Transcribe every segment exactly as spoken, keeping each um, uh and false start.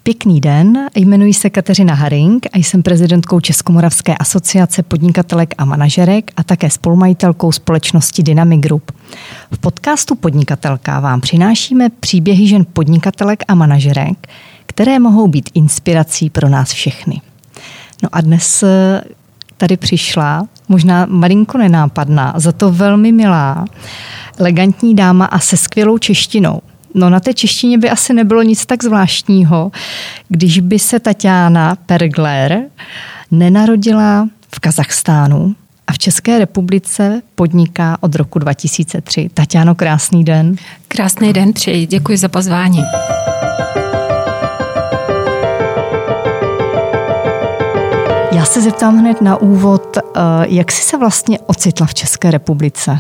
Pěkný den, jmenuji se Kateřina Haring a jsem prezidentkou Českomoravské asociace podnikatelek a manažerek a také spolumajitelkou společnosti Dynamic Group. V podcastu Podnikatelka vám přinášíme příběhy žen podnikatelek a manažerek, které mohou být inspirací pro nás všechny. No a dnes tady přišla, možná malinko nenápadná, za to velmi milá, elegantní dáma a se skvělou češtinou. No na té češtině by asi nebylo nic tak zvláštního, když by se Tatiana Pergler nenarodila v Kazachstánu a v České republice podniká od roku dva tisíce tři. Tatiano, krásný den. Krásný den přeji, děkuji za pozvání. Já se zeptám hned na úvod, jak jsi se vlastně ocitla v České republice?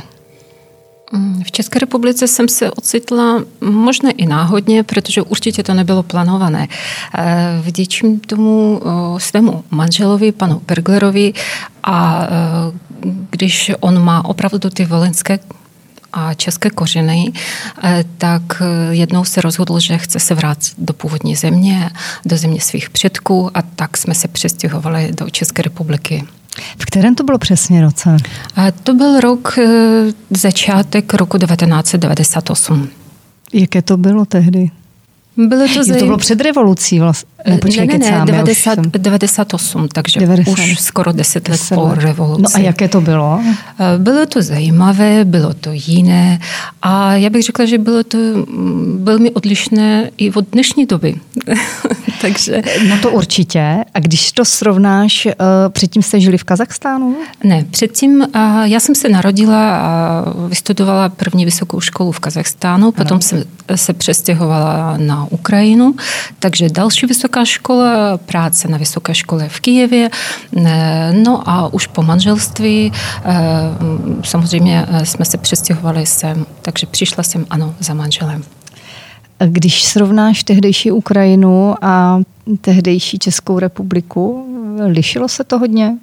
V České republice jsem se ocitla možná i náhodně, protože určitě to nebylo plánované. Vděčím tomu svému manželovi, panu Perglerovi, a když on má opravdu ty volyňské a české kořeny, tak jednou se rozhodl, že chce se vrátit do původní země, do země svých předků, a tak jsme se přestěhovali do České republiky. V kterém to bylo přesně roce? To byl rok, začátek roku devatenáct set devadesát osm. Jaké to bylo tehdy? Bylo to, zaj... to bylo před revolucí vlastně. Ne, počkej, ne, ne, ne devadesát, jsem... devadesát osm, takže devadesát už skoro deset let po revoluci. No a jaké to bylo? Bylo to zajímavé, bylo to jiné a já bych řekla, že bylo to velmi odlišné i od dnešní doby. Takže... No to určitě. A když to srovnáš, předtím jste žili v Kazachstánu? Ne, předtím já jsem se narodila a vystudovala první vysokou školu v Kazachstánu, potom ano. jsem se přestěhovala na Ukrajinu, takže další vysoká škola, práce na vysoké škole v Kyjevě, no a už po manželství samozřejmě jsme se přestěhovali sem, takže přišla jsem, ano, za manželem. Když srovnáš tehdejší Ukrajinu a tehdejší Českou republiku, lišilo se to hodně?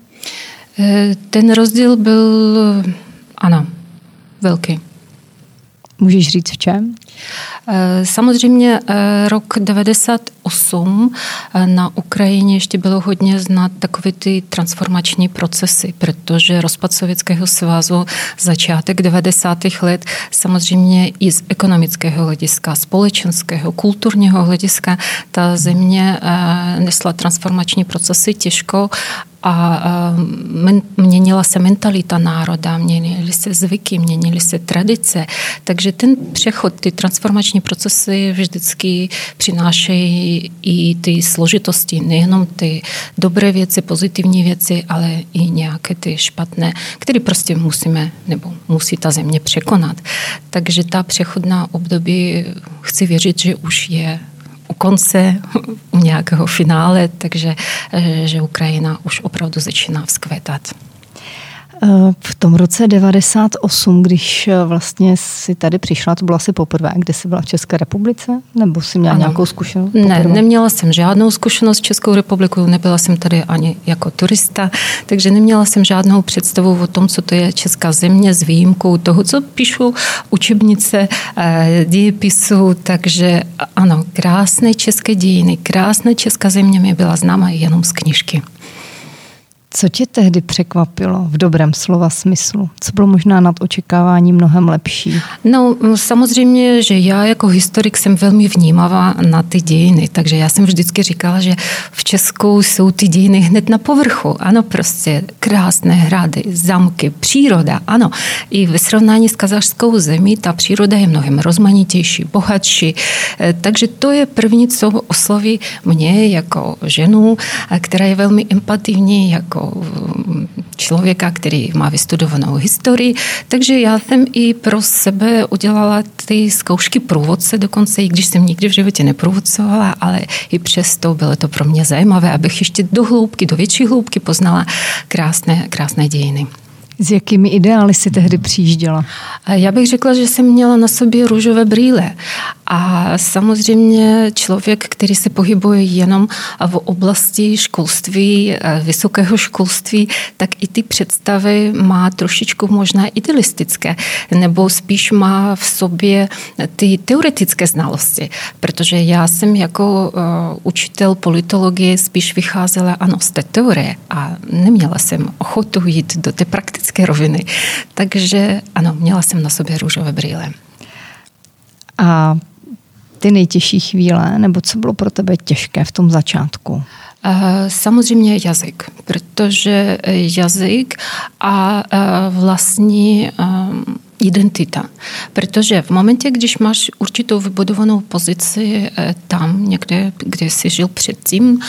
Ten rozdíl byl, ano, velký. Můžeš říct v čem? Samozřejmě rok devadesát osm na Ukrajině ještě bylo hodně znát takové ty transformační procesy, protože rozpad Sovětského svazu, začátek devadesátých let, samozřejmě i z ekonomického hlediska, společenského, kulturního hlediska, ta země nesla transformační procesy těžko a měnila se mentalita národa, měnily se zvyky, měnily se tradice. Takže ten přechod, ty transformační procesy vždycky přinášejí i ty složitosti, nejenom ty dobré věci, pozitivní věci, ale i nějaké ty špatné, které prostě musíme, nebo musí ta země překonat. Takže ta přechodná období, chci věřit, že už je u konce, u nějakého finále, takže že Ukrajina už opravdu začíná vzkvétat. V tom roce devadesát osm, když vlastně si tady přišla, to bylo asi poprvé, kde jsi byla v České republice? Nebo jsi měla ano. nějakou zkušenost? Ne, neměla jsem žádnou zkušenost s Českou republikou, nebyla jsem tady ani jako turista, takže neměla jsem žádnou představu o tom, co to je česká země, s výjimkou toho, co píšu učebnice dějepisu, takže ano, krásné české dějiny, krásná česká země mi byla známa jenom z knížky. Co tě tehdy překvapilo v dobrém slova smyslu? Co bylo možná nad očekávání mnohem lepší? No, samozřejmě, že já jako historik jsem velmi vnímavá na ty dějiny, takže já jsem vždycky říkala, že v Česku jsou ty dějiny hned na povrchu. Ano, prostě krásné hrady, zámky, příroda, ano. I ve srovnání s kazašskou zemí ta příroda je mnohem rozmanitější, bohatší. Takže to je první, co osloví mě jako ženu, která je velmi empativní, jako člověka, který má vystudovanou historii. Takže já jsem i pro sebe udělala ty zkoušky průvodce, dokonce i když jsem nikdy v životě neprůvodcovala, ale i přesto bylo to pro mě zajímavé, abych ještě do hloubky, do větší hloubky poznala krásné, krásné dějiny. S jakými ideály si tehdy přijížděla? Já bych řekla, že jsem měla na sobě růžové brýle. A samozřejmě člověk, který se pohybuje jenom v oblasti školství, vysokého školství, tak i ty představy má trošičku možná idealistické, nebo spíš má v sobě ty teoretické znalosti. Protože já jsem jako učitel politologie spíš vycházela ano z té teorie a neměla jsem ochotu jít do té praktické roviny. Takže ano, měla jsem na sobě růžové brýle. A ty nejtěžší chvíle, nebo co bylo pro tebe těžké v tom začátku? Samozřejmě jazyk, protože jazyk a vlastní identita. Protože v momentě, když máš určitou vybudovanou pozici tam někde, kde jsi žil předtím,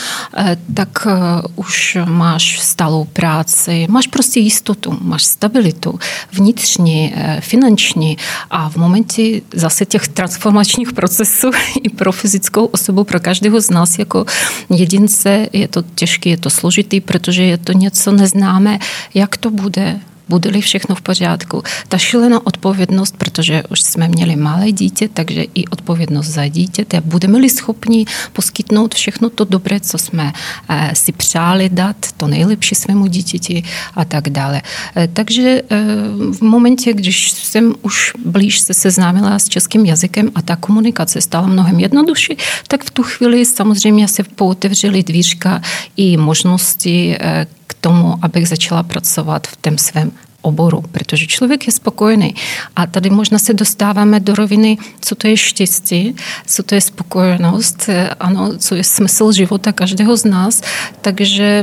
tak už máš stálou práci, máš prostě jistotu, máš stabilitu vnitřní, finanční a v momentě zase těch transformačních procesů i pro fyzickou osobu, pro každého z nás jako jedince je to těžké, je to složitý, protože je to něco neznámé, jak to bude, bude-li všechno v pořádku. Ta šílená odpovědnost, protože už jsme měli malé dítě, takže i odpovědnost za dítě. Budeme-li schopni poskytnout všechno to dobré, co jsme si přáli dát, to nejlepší svému dítěti a tak dále. Takže v momentě, když jsem už blíž se seznámila s českým jazykem a ta komunikace stala mnohem jednodušší, tak v tu chvíli samozřejmě se pootevřely dvířka i možnosti k tomu, abych začala pracovat v tom svém oboru, protože člověk je spokojený. A tady možná se dostáváme do roviny, co to je štěstí, co to je spokojenost, ano, co je smysl života každého z nás. Takže,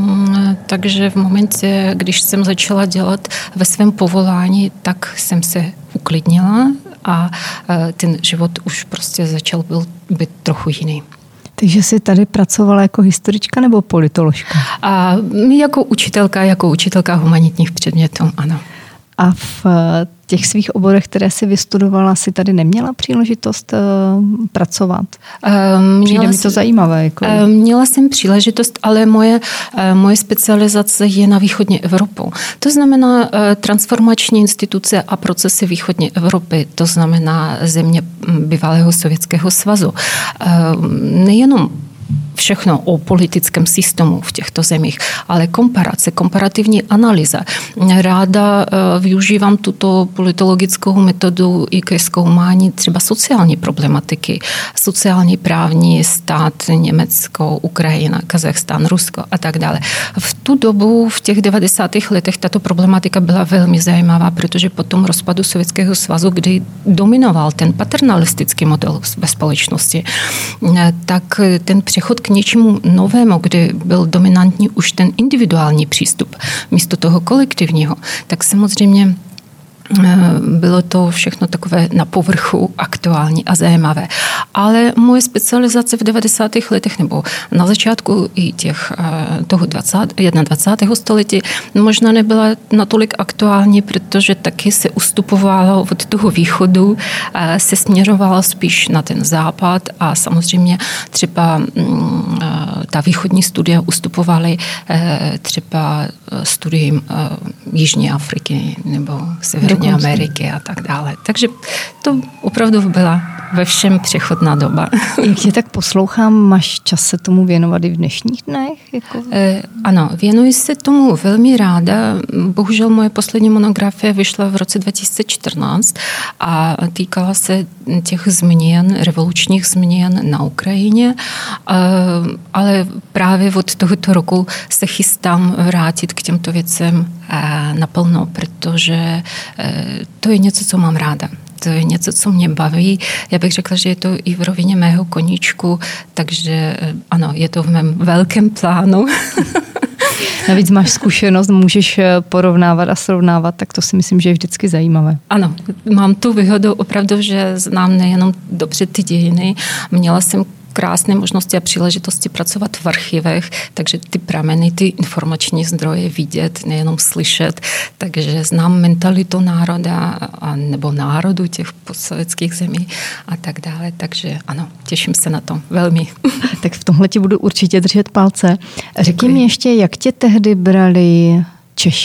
takže v momentě, když jsem začala dělat ve svém povolání, tak jsem se uklidnila a ten život už prostě začal být trochu jiný. Takže jsi tady pracovala jako historička nebo politoložka? A jako učitelka, jako učitelka humanitních předmětů, ano. A v těch svých oborech, které si vystudovala, si tady neměla příležitost uh, pracovat? Um, Přijde mi to zajímavé. Jako. Um, měla jsem příležitost, ale moje, uh, moje specializace je na východní Evropu. To znamená uh, transformační instituce a procesy východní Evropy, to znamená země bývalého Sovětského svazu. Uh, nejenom všechno o politickém systému v těchto zemích, ale komparace, komparativní analýza. Ráda využívám tuto politologickou metodu i ke zkoumání třeba sociální problematiky, sociální právní stát, Německo, Ukrajina, Kazachstán, Rusko a tak dále. V tu dobu, v těch devadesátých letech, tato problematika byla velmi zajímavá, protože po tom rozpadu Sovětského svazu, kdy dominoval ten paternalistický model ve společnosti, tak ten přechod k něčemu novému, kdy byl dominantní už ten individuální přístup místo toho kolektivního, tak samozřejmě bylo to všechno takové na povrchu aktuální a zajímavé. Ale moje specializace v devadesátých letech nebo na začátku i těch toho dvacátého, dvacátého století možná nebyla natolik aktuální, protože taky se ustupovalo od toho východu, se směřovalo spíš na ten západ a samozřejmě třeba ta východní studia ustupovaly třeba studiím Jižní Afriky nebo Severní Ameriky a tak dále. Takže to opravdu byla ve všem přechodná doba. Jak tě tak poslouchám, máš čas se tomu věnovat i v dnešních dnech? Jako... Eh, ano, věnuji se tomu velmi ráda. Bohužel moje poslední monografie vyšla v roce dva tisíce čtrnáct a týkala se těch změn, revolučních změn na Ukrajině, eh, ale právě od tohoto roku se chystám vrátit k těmto věcem eh, naplno, protože eh, to je něco, co mám ráda. To je něco, co mě baví. Já bych řekla, že je to i v rovině mého koníčku, takže ano, je to v mém velkém plánu. Navíc máš zkušenost, můžeš porovnávat a srovnávat, tak to si myslím, že je vždycky zajímavé. Ano, mám tu výhodu opravdu, že znám nejenom dobře ty dějiny. Měla jsem krásné možnosti a příležitosti pracovat v archivech, takže ty prameny, ty informační zdroje vidět, nejenom slyšet, takže znám mentalitu národa a, nebo národu těch postsovětských zemí a tak dále, takže ano, těším se na to velmi. Tak v tomhle ti budu určitě držet palce. Řekni mi ještě, jak tě tehdy brali Češi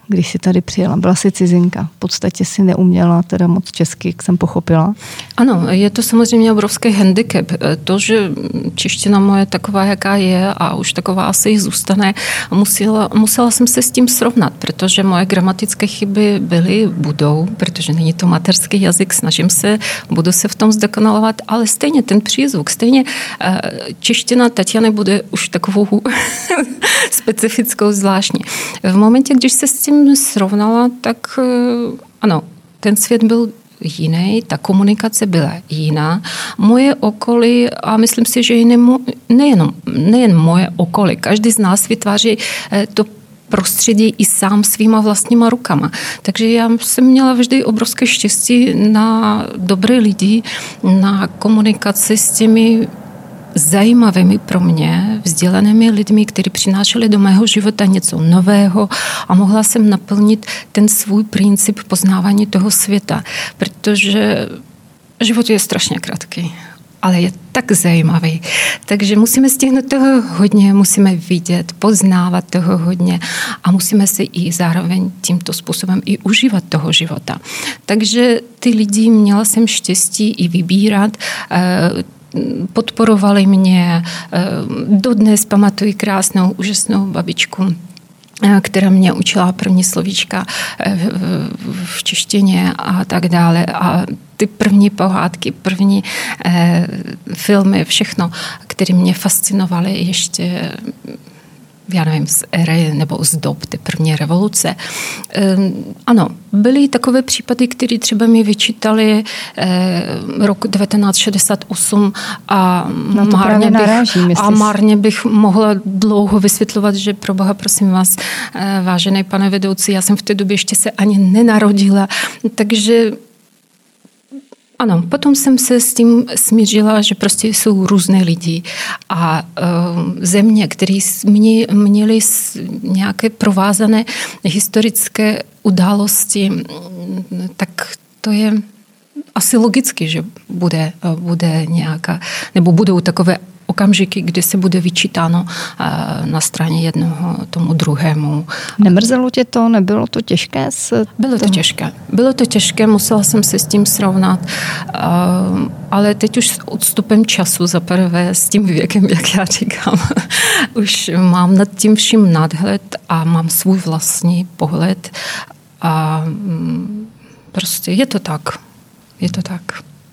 když jsi tady přijela? Byla jsi cizinka, v podstatě si neuměla teda moc česky, jak jsem pochopila. Ano, je to samozřejmě obrovský handicap. To, že čeština moje taková, jaká je a už taková asi i zůstane, musela, musela jsem se s tím srovnat, protože moje gramatické chyby byly, budou, protože není to mateřský jazyk, snažím se, budu se v tom zdokonalovat, ale stejně ten přízvuk, stejně čeština Tatiany bude už takovou specifickou zvláštní. V momentě, když se s tím srovnala, tak ano, ten svět byl jiný, ta komunikace byla jiná. Moje okolí, a myslím si, že nejen, nejen moje okolí, každý z nás vytváří to prostředí i sám svýma vlastníma rukama. Takže já jsem měla vždy obrovské štěstí na dobré lidi, na komunikaci s těmi zajímavými pro mě, vzdělanými lidmi, kteří přinášeli do mého života něco nového a mohla jsem naplnit ten svůj princip poznávání toho světa, protože život je strašně krátký, ale je tak zajímavý. Takže musíme stihnout toho hodně, musíme vidět, poznávat toho hodně a musíme si i zároveň tímto způsobem i užívat toho života. Takže ty lidi měla jsem štěstí i vybírat, podporovali mě. Dodnes pamatuji krásnou, úžasnou babičku, která mě učila první slovíčka v češtině a tak dále. A ty první pohádky, první filmy, všechno, které mě fascinovaly ještě, já nevím, z éry nebo z dob té první revoluce. Ano, byly takové případy, které třeba mi vyčítali rok devatenáct šedesát osm a marně, narážím, bych, a marně bych mohla dlouho vysvětlovat, že pro Boha, prosím vás, vážený pane vedoucí, já jsem v té době ještě se ani nenarodila, takže ano, potom jsem se s tím smířila, že prostě jsou různé lidi a uh, země, které mě, měly nějaké provázané historické události, tak to je asi logicky, že bude, bude nějaká, nebo budou takové okamžiky, kdy se bude vyčítáno na straně jednoho tomu druhému. Nemrzelo tě to? Nebylo to těžké? S Bylo to těžké. Bylo to těžké, musela jsem se s tím srovnat, ale teď už s odstupem času zaprvé s tím věkem, jak já říkám, už mám nad tím vším nadhled a mám svůj vlastní pohled a prostě je to tak. Je to tak.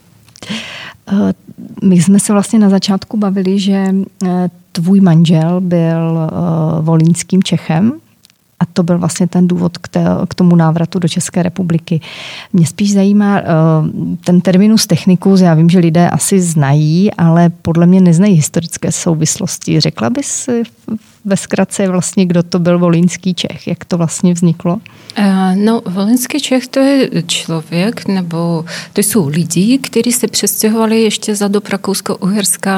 My jsme se vlastně na začátku bavili, že tvůj manžel byl volínským Čechem a to byl vlastně ten důvod k, té, k tomu návratu do České republiky. Mě spíš zajímá ten terminus technicus, já vím, že lidé asi znají, ale podle mě neznají historické souvislosti. Řekla bys ve zkratce vlastně, kdo to byl volínský Čech? Jak to vlastně vzniklo? No, volínský Čech to je člověk, nebo to jsou lidi, kteří se přestěhovali ještě za dob Rakousko-Uherska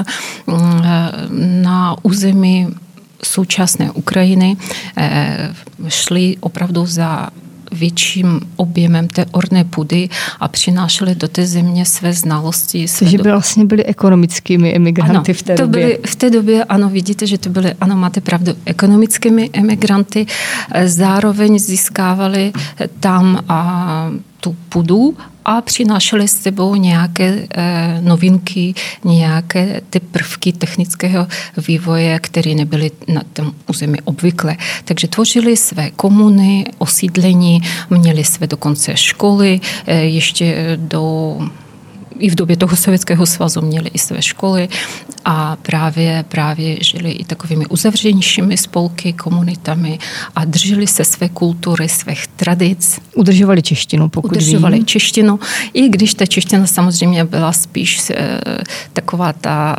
na území současné Ukrajiny, šli opravdu za větším objemem té orné půdy a přinášeli do té země své znalosti. Své Takže do... by vlastně byli ekonomickými emigranty ano, v té to době. Byli, v té době, ano, vidíte, že to byly, ano, máte pravdu, ekonomickými emigranty. Zároveň získávali tam a tu půdu a přinášeli s sebou nějaké e, novinky, nějaké ty prvky technického vývoje, které nebyly na tom území obvykle. Takže tvořili své komuny, osídlení, měli své dokonce školy, e, ještě do... I v době toho Sovětského svazu měli i své školy a právě, právě žili i takovými uzavřenějšími spolky, komunitami a drželi se své kultury, svých tradic. Udržovali češtinu, pokud Udržovali vím. češtinu, i když ta čeština samozřejmě byla spíš eh, taková ta...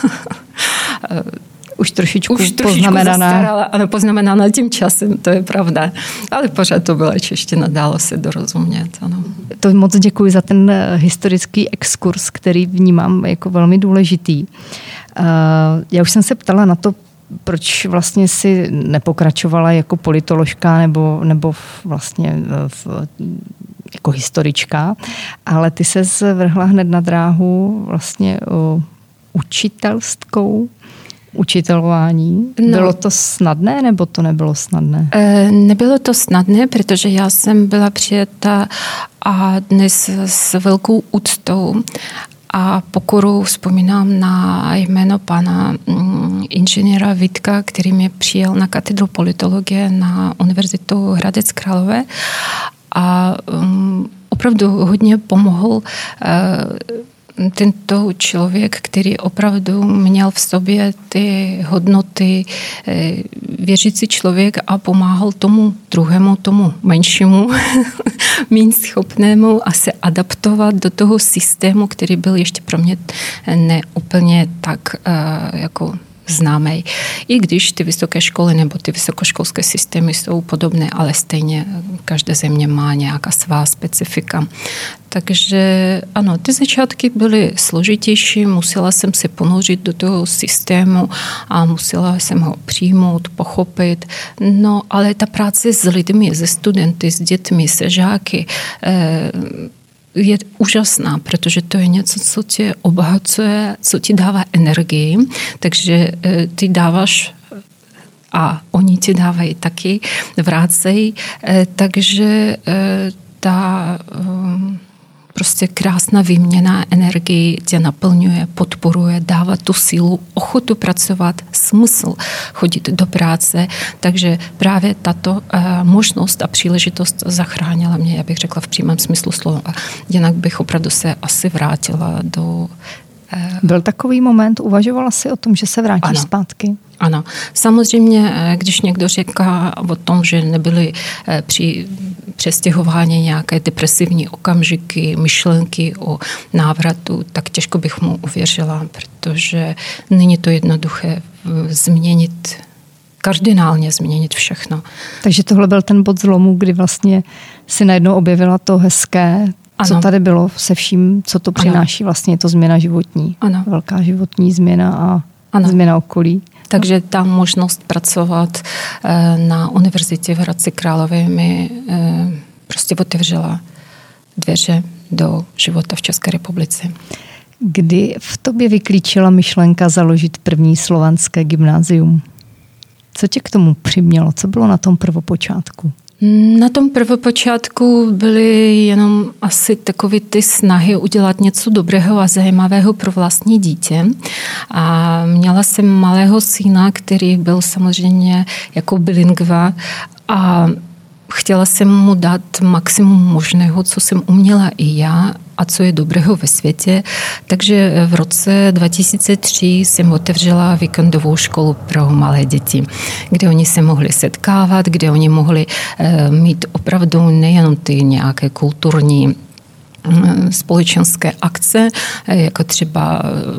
Už trošičku, Už trošičku poznamenaná. zastarala, ano, poznamenaná tím časem, to je pravda. Ale pořád to byla čeština, dalo se dorozumět, ano. To moc děkuji za ten historický exkurs, který vnímám jako velmi důležitý. Já už jsem se ptala na to, proč vlastně si nepokračovala jako politoložka nebo, nebo vlastně v, jako historička, ale ty se zvrhla hned na dráhu vlastně učitelskou. učitelování. No. Bylo to snadné, nebo to nebylo snadné? E, nebylo to snadné, protože já jsem byla přijata a dnes s velkou úctou a pokoru vzpomínám na jméno pana inženýra Vítka, který mě přijal na katedru politologie na Univerzitu Hradec Králové a um, opravdu hodně pomohl uh, tento člověk, který opravdu měl v sobě ty hodnoty, věřící člověk a pomáhal tomu druhému, tomu menšímu, méně schopnému a se adaptovat do toho systému, který byl ještě pro mě neúplně tak jako známej. I když ty vysoké školy nebo ty vysokoškolské systémy jsou podobné, ale stejně každá země má nějaká svá specifika. Takže ano, ty začátky byly složitější, musela jsem se ponořit do toho systému a musela jsem ho přijmout, pochopit. No, ale ta práce s lidmi, se studenty, s dětmi, se žáky, eh, je úžasná, protože to je něco, co tě obohacuje, co ti dává energii, takže ty dáváš a oni ti dávají taky, vrácejí, takže ta prostě krásná výměna energii tě naplňuje, podporuje, dává tu sílu, ochotu pracovat, smysl chodit do práce. Takže právě tato možnost a příležitost zachránila mě, já bych řekla v přímém smyslu slova. Jinak bych opravdu se asi vrátila do... Byl takový moment, uvažovala jsi o tom, že se vrátíš ano. zpátky? Ano. Samozřejmě, když někdo říká o tom, že nebyly při přestěhování nějaké depresivní okamžiky, myšlenky o návratu, tak těžko bych mu uvěřila, protože není to jednoduché změnit, kardinálně změnit všechno. Takže tohle byl ten bod zlomu, kdy vlastně si najednou objevila to hezké, ano. co tady bylo se vším, co to přináší, ano. vlastně je to změna životní. Ano. Velká životní změna a ano. změna okolí. Takže ta možnost pracovat na univerzitě v Hradci Králové mi prostě otevřela dveře do života v České republice. Kdy v tobě vyklíčila myšlenka založit první slovanské gymnázium? Co tě k tomu přimělo? Co bylo na tom prvopočátku? Na tom prvopočátku byly jenom asi takové ty snahy udělat něco dobrého a zajímavého pro vlastní dítě. A měla jsem malého syna, který byl samozřejmě jako bilingva a chtěla jsem mu dát maximum možného, co jsem uměla i já a co je dobrého ve světě. Takže v roce dva tisíce tři jsem otevřela víkendovou školu pro malé děti, kde oni se mohli setkávat, kde oni mohli mít opravdu nejenom ty nějaké kulturní společenské akce, jako třeba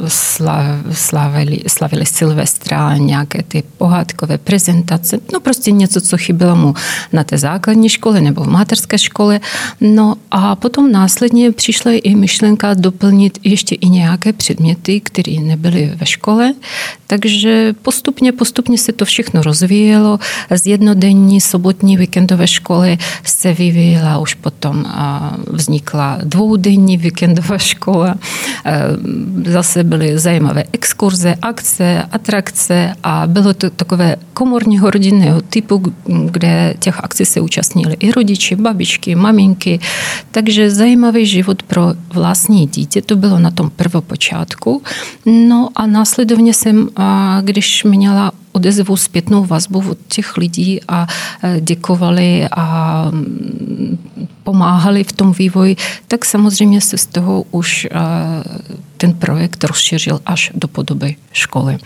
slavili, slavili Silvestra, nějaké ty pohádkové prezentace, no prostě něco, co chybělo mu na té základní škole nebo v mateřské škole. No a potom následně přišla i myšlenka doplnit ještě i nějaké předměty, které nebyly ve škole, takže postupně, postupně se to všechno rozvíjelo. Z jednodenní sobotní víkendové školy se vyvíjela už potom a vznikla dvoudenní víkendová škola. Zase byly zajímavé exkurze, akce, atrakce a bylo to takové komorního rodinného typu, kde těch akcí se účastnili i rodiči, babičky, maminky. Takže zajímavý život pro vlastní dítě, to bylo na tom prvopočátku. No a následovně jsem, když měla odezvu, zpětnou vazbu od těch lidí a děkovali a pomáhali v tom vývoji, tak samozřejmě se z toho už ten projekt rozšířil až do podoby školy.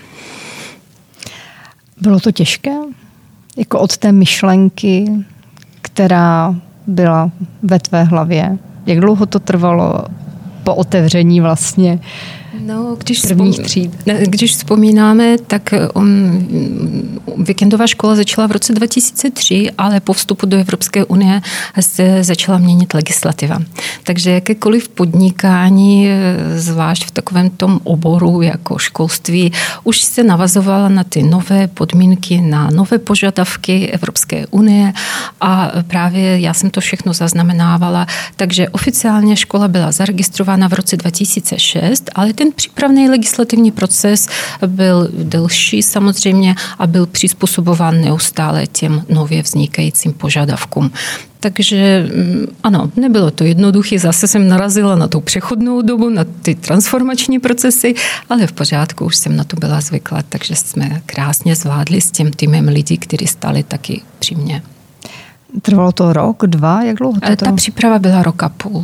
Bylo to těžké? Jako od té myšlenky, která byla ve tvé hlavě? Jak dlouho to trvalo po otevření vlastně? No, když, vzpom... když vzpomínáme, tak on, víkendová škola začala v roce dva tisíce tři, ale po vstupu do Evropské unie se začala měnit legislativa. Takže jakékoliv podnikání, zvlášť v takovém tom oboru jako školství, už se navazovala na ty nové podmínky, na nové požadavky Evropské unie a právě já jsem to všechno zaznamenávala. Takže oficiálně škola byla zaregistrována v roce dva tisíce šest, ale ten přípravný legislativní proces byl delší samozřejmě a byl přizpůsobován neustále těm nově vznikajícím požadavkům. Takže ano, nebylo to jednoduché, zase jsem narazila na tu přechodnou dobu, na ty transformační procesy, ale v pořádku, už jsem na to byla zvyklá, takže jsme krásně zvládli s tím týmem lidí, kteří stáli taky při mně. Trvalo to rok, dva, jak dlouho to trvalo? Ta příprava byla rok a půl.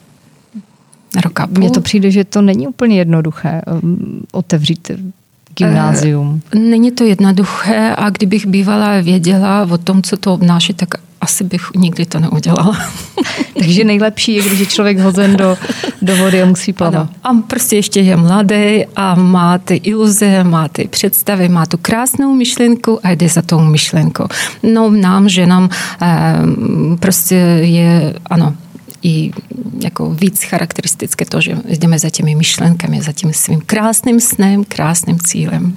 Rok a půl. Mně to přijde, že to není úplně jednoduché otevřít gymnázium. Není to jednoduché a kdybych bývala věděla o tom, co to obnáší, tak asi bych nikdy to neudělala. Takže nejlepší je, když je člověk hozen do, do vody a musí plavat. Ano. A prostě ještě je mladý a má ty iluze, má ty představy, má tu krásnou myšlenku a jde za tou myšlenkou. No nám, ženám, prostě je, ano, i jako víc charakteristické to, že jdeme za těmi myšlenkami, za tím svým krásným snem, krásným cílem.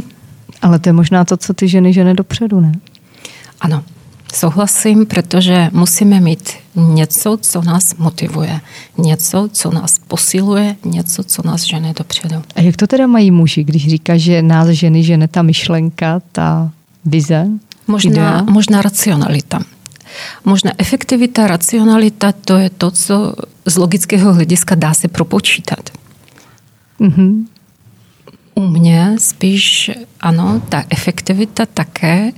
Ale to je možná to, co ty ženy žene dopředu, ne? Ano, souhlasím, protože musíme mít něco, co nás motivuje, něco, co nás posiluje, něco, co nás žene dopředu. A jak to teda mají muži, když říká, že nás ženy žene ta myšlenka, ta vize? Možná, možná racionalita. Možná efektivita, racionalita, to je to, co z logického hlediska dá se propočítat. Mm-hmm. U mě spíš, ano, ta efektivita také,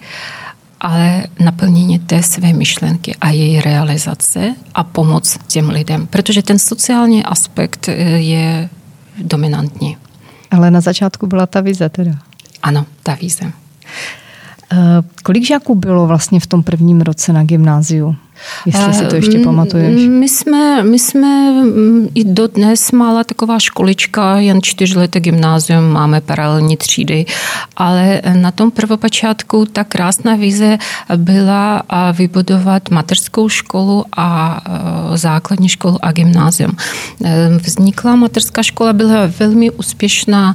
ale naplnění té své myšlenky a její realizace a pomoc těm lidem, protože ten sociální aspekt je dominantní. Ale na začátku byla ta vize teda. Ano, ta vize. Kolik žáků bylo vlastně v tom prvním roce na gymnáziu? Jestli si to ještě pamatuješ. My jsme, my jsme i dodnes mála taková školička, jen čtyřleté gymnázium, máme paralelní třídy, ale na tom prvopočátku ta krásná vize byla vybudovat mateřskou školu a základní školu a gymnázium. Vznikla mateřská škola, byla velmi úspěšná,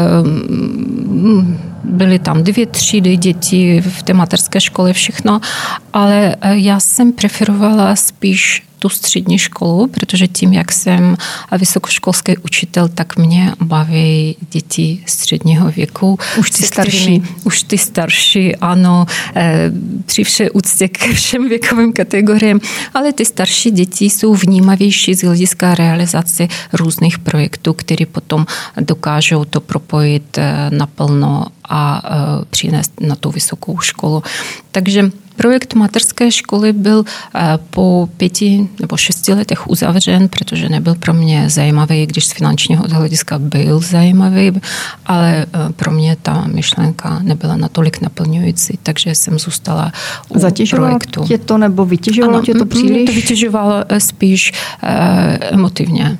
byly tam dvě třídy dětí v té mateřské škole, všechno, ale já jsem preferovala spíš tu střední školu, protože tím, jak jsem vysokoškolský učitel, tak mě baví děti středního věku. Už ty starší. Už ty starší, ano, při vše úctě ke všem věkovým kategoriím, ale ty starší děti jsou vnímavější z hlediska realizace různých projektů, které potom dokážou to propojit naplno a přinést na tu vysokou školu. Takže projekt mateřské školy byl po pěti nebo šesti letech uzavřen, protože nebyl pro mě zajímavý, když z finančního hlediska byl zajímavý, ale pro mě ta myšlenka nebyla natolik naplňující, takže jsem zůstala u Zatěžovalo projektu. Zatěžovalo tě to nebo vytěžovalo ano, tě to příliš? Mě to vytěžovalo spíš emotivně.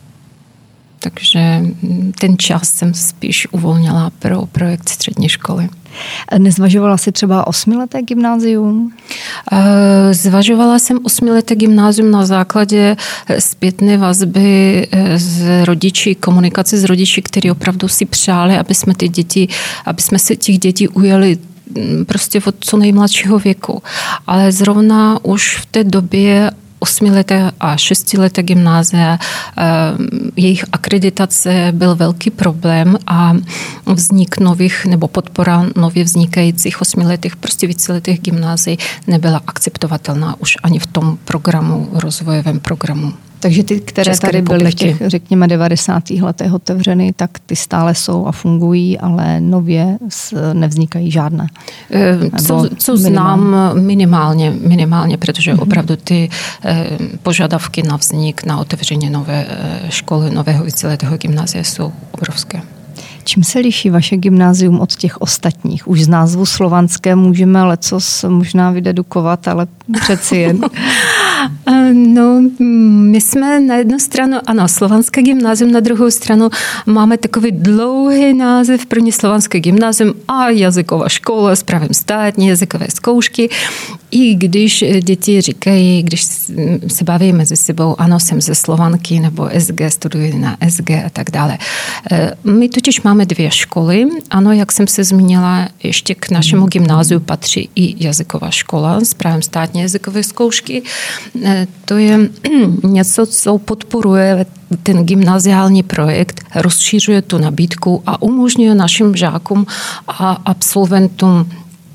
Takže ten čas jsem spíš uvolnila pro projekt střední školy. Nezvažovala jsi třeba osmileté gymnázium? Zvažovala jsem osmileté gymnázium na základě zpětné vazby z rodičí, komunikace s rodiči, kteří opravdu si přáli, aby jsme ty děti, aby jsme se těch dětí ujeli prostě od co nejmladšího věku. Ale zrovna už v té době osmileté a šestileté gymnázia, jejich akreditace byl velký problém a vznik nových nebo podpora nově vznikajících osmiletých, prostě víceletých gymnázií nebyla akceptovatelná už ani v tom programu, rozvojovém programu. Takže ty, které České tady byly v těch, řekněme, devadesátých letech otevřeny, tak ty stále jsou a fungují, ale nově nevznikají žádné. Co, co minimálně. znám minimálně, minimálně, protože mm-hmm. opravdu ty požadavky na vznik, na otevření nové školy, nového víceletého gymnázia jsou obrovské. Čím se liší vaše gymnázium od těch ostatních? Už z názvu slovanské můžeme lecos možná vydedukovat, ale Přeci jen. No, my jsme na jednu stranu, ano, Slovanské gymnázium, na druhou stranu máme takový dlouhý název, první Slovanské gymnázium a jazyková škola s pravem státní jazykové zkoušky. I když děti říkají, když se baví mezi sebou, ano, jsem ze Slovanky nebo S G, studuji na S G a tak dále. My totiž máme dvě školy. Ano, jak jsem se zmínila, ještě k našemu gymnáziu patří i jazyková škola s právem státní jazykové zkoušky. To je něco, co podporuje ten gymnaziální projekt, rozšířuje tu nabídku a umožňuje našim žákům a absolventům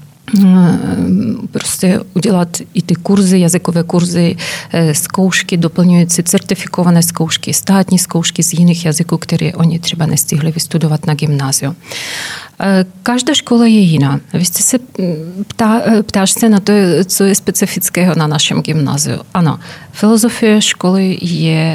prostě udělat i ty kurzy, jazykové kurzy, zkoušky, doplňující certifikované zkoušky, státní zkoušky z jiných jazyků, které oni třeba nestihli vystudovat na gymnáziu. Každá škola je jiná. Vy jste se ptá, ptáš se na to, co je specifického na našem gymnáziu. Ano, filozofie školy je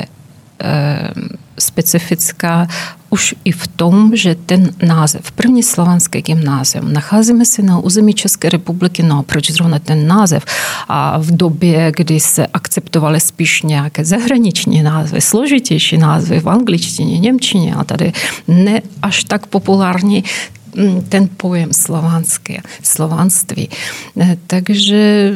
specifická už i v tom, že ten název první Slovanské gymnázium, nacházíme se na území České republiky, no a proč zrovna ten název? A v době, kdy se akceptovaly spíš nějaké zahraniční názvy, složitější názvy v angličtině, němčině a tady ne až tak populární ten pojem slovanské, slovanství. Takže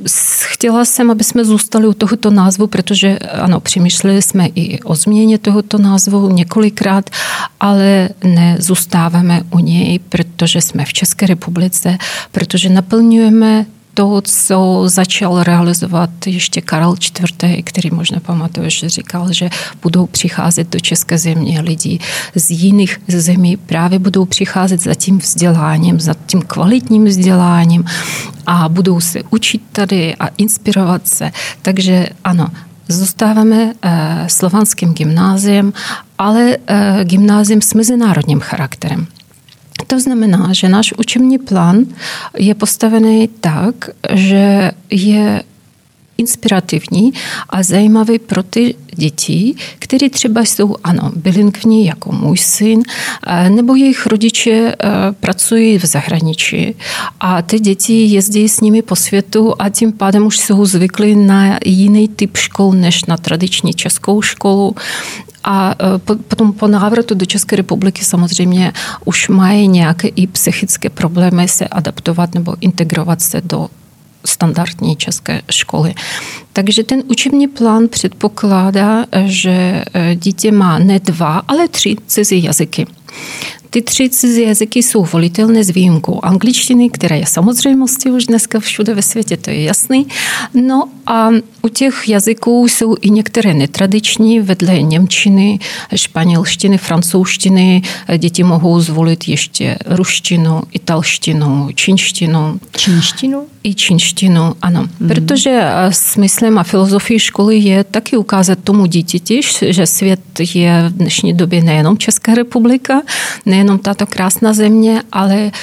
chtěla jsem, aby jsme zůstali u tohoto názvu, protože ano, přemýšleli jsme i o změně tohoto názvu několikrát, ale nezůstáváme u něj, protože jsme v České republice, protože naplňujeme to, co začal realizovat ještě Karel čtvrtý, který možná pamatuješ, že říkal, že budou přicházet do české země lidi z jiných zemí, právě budou přicházet za tím vzděláním, za tím kvalitním vzděláním a budou se učit tady a inspirovat se. Takže ano, zůstáváme eh, slovanským gymnáziem, ale eh, gymnáziem s mezinárodním charakterem. To znamená, že náš učební plán je postavený tak, že je inspirativní a zajímavý pro ty děti, které třeba jsou, ano, bilingvní, jako můj syn, nebo jejich rodiče pracují v zahraničí a ty děti jezdí s nimi po světu a tím pádem už jsou zvyklí na jiný typ škol než na tradiční českou školu. A potom po návratu do České republiky samozřejmě už mají nějaké i psychické problémy se adaptovat nebo integrovat se do standardní české školy. Takže ten učební plán předpokládá, že dítě má ne dva, ale tři cizí jazyky. Ty tři cizí jazyky jsou volitelné s výjimkou angličtiny, která je samozřejmostí už dneska všude ve světě, to je jasný. No a u těch jazyků jsou i některé netradiční, vedle němčiny, španělštiny, francouzštiny. Děti mohou zvolit ještě ruštinu, italštinu, čínštinu. Čínštinu? I čínštinu, ano. Mm. Protože smyslem a filozofií školy je taky ukázat tomu dítěti, že svět je v dnešní době nejenom Česká republika, nejenom tato krásná země, ale uh,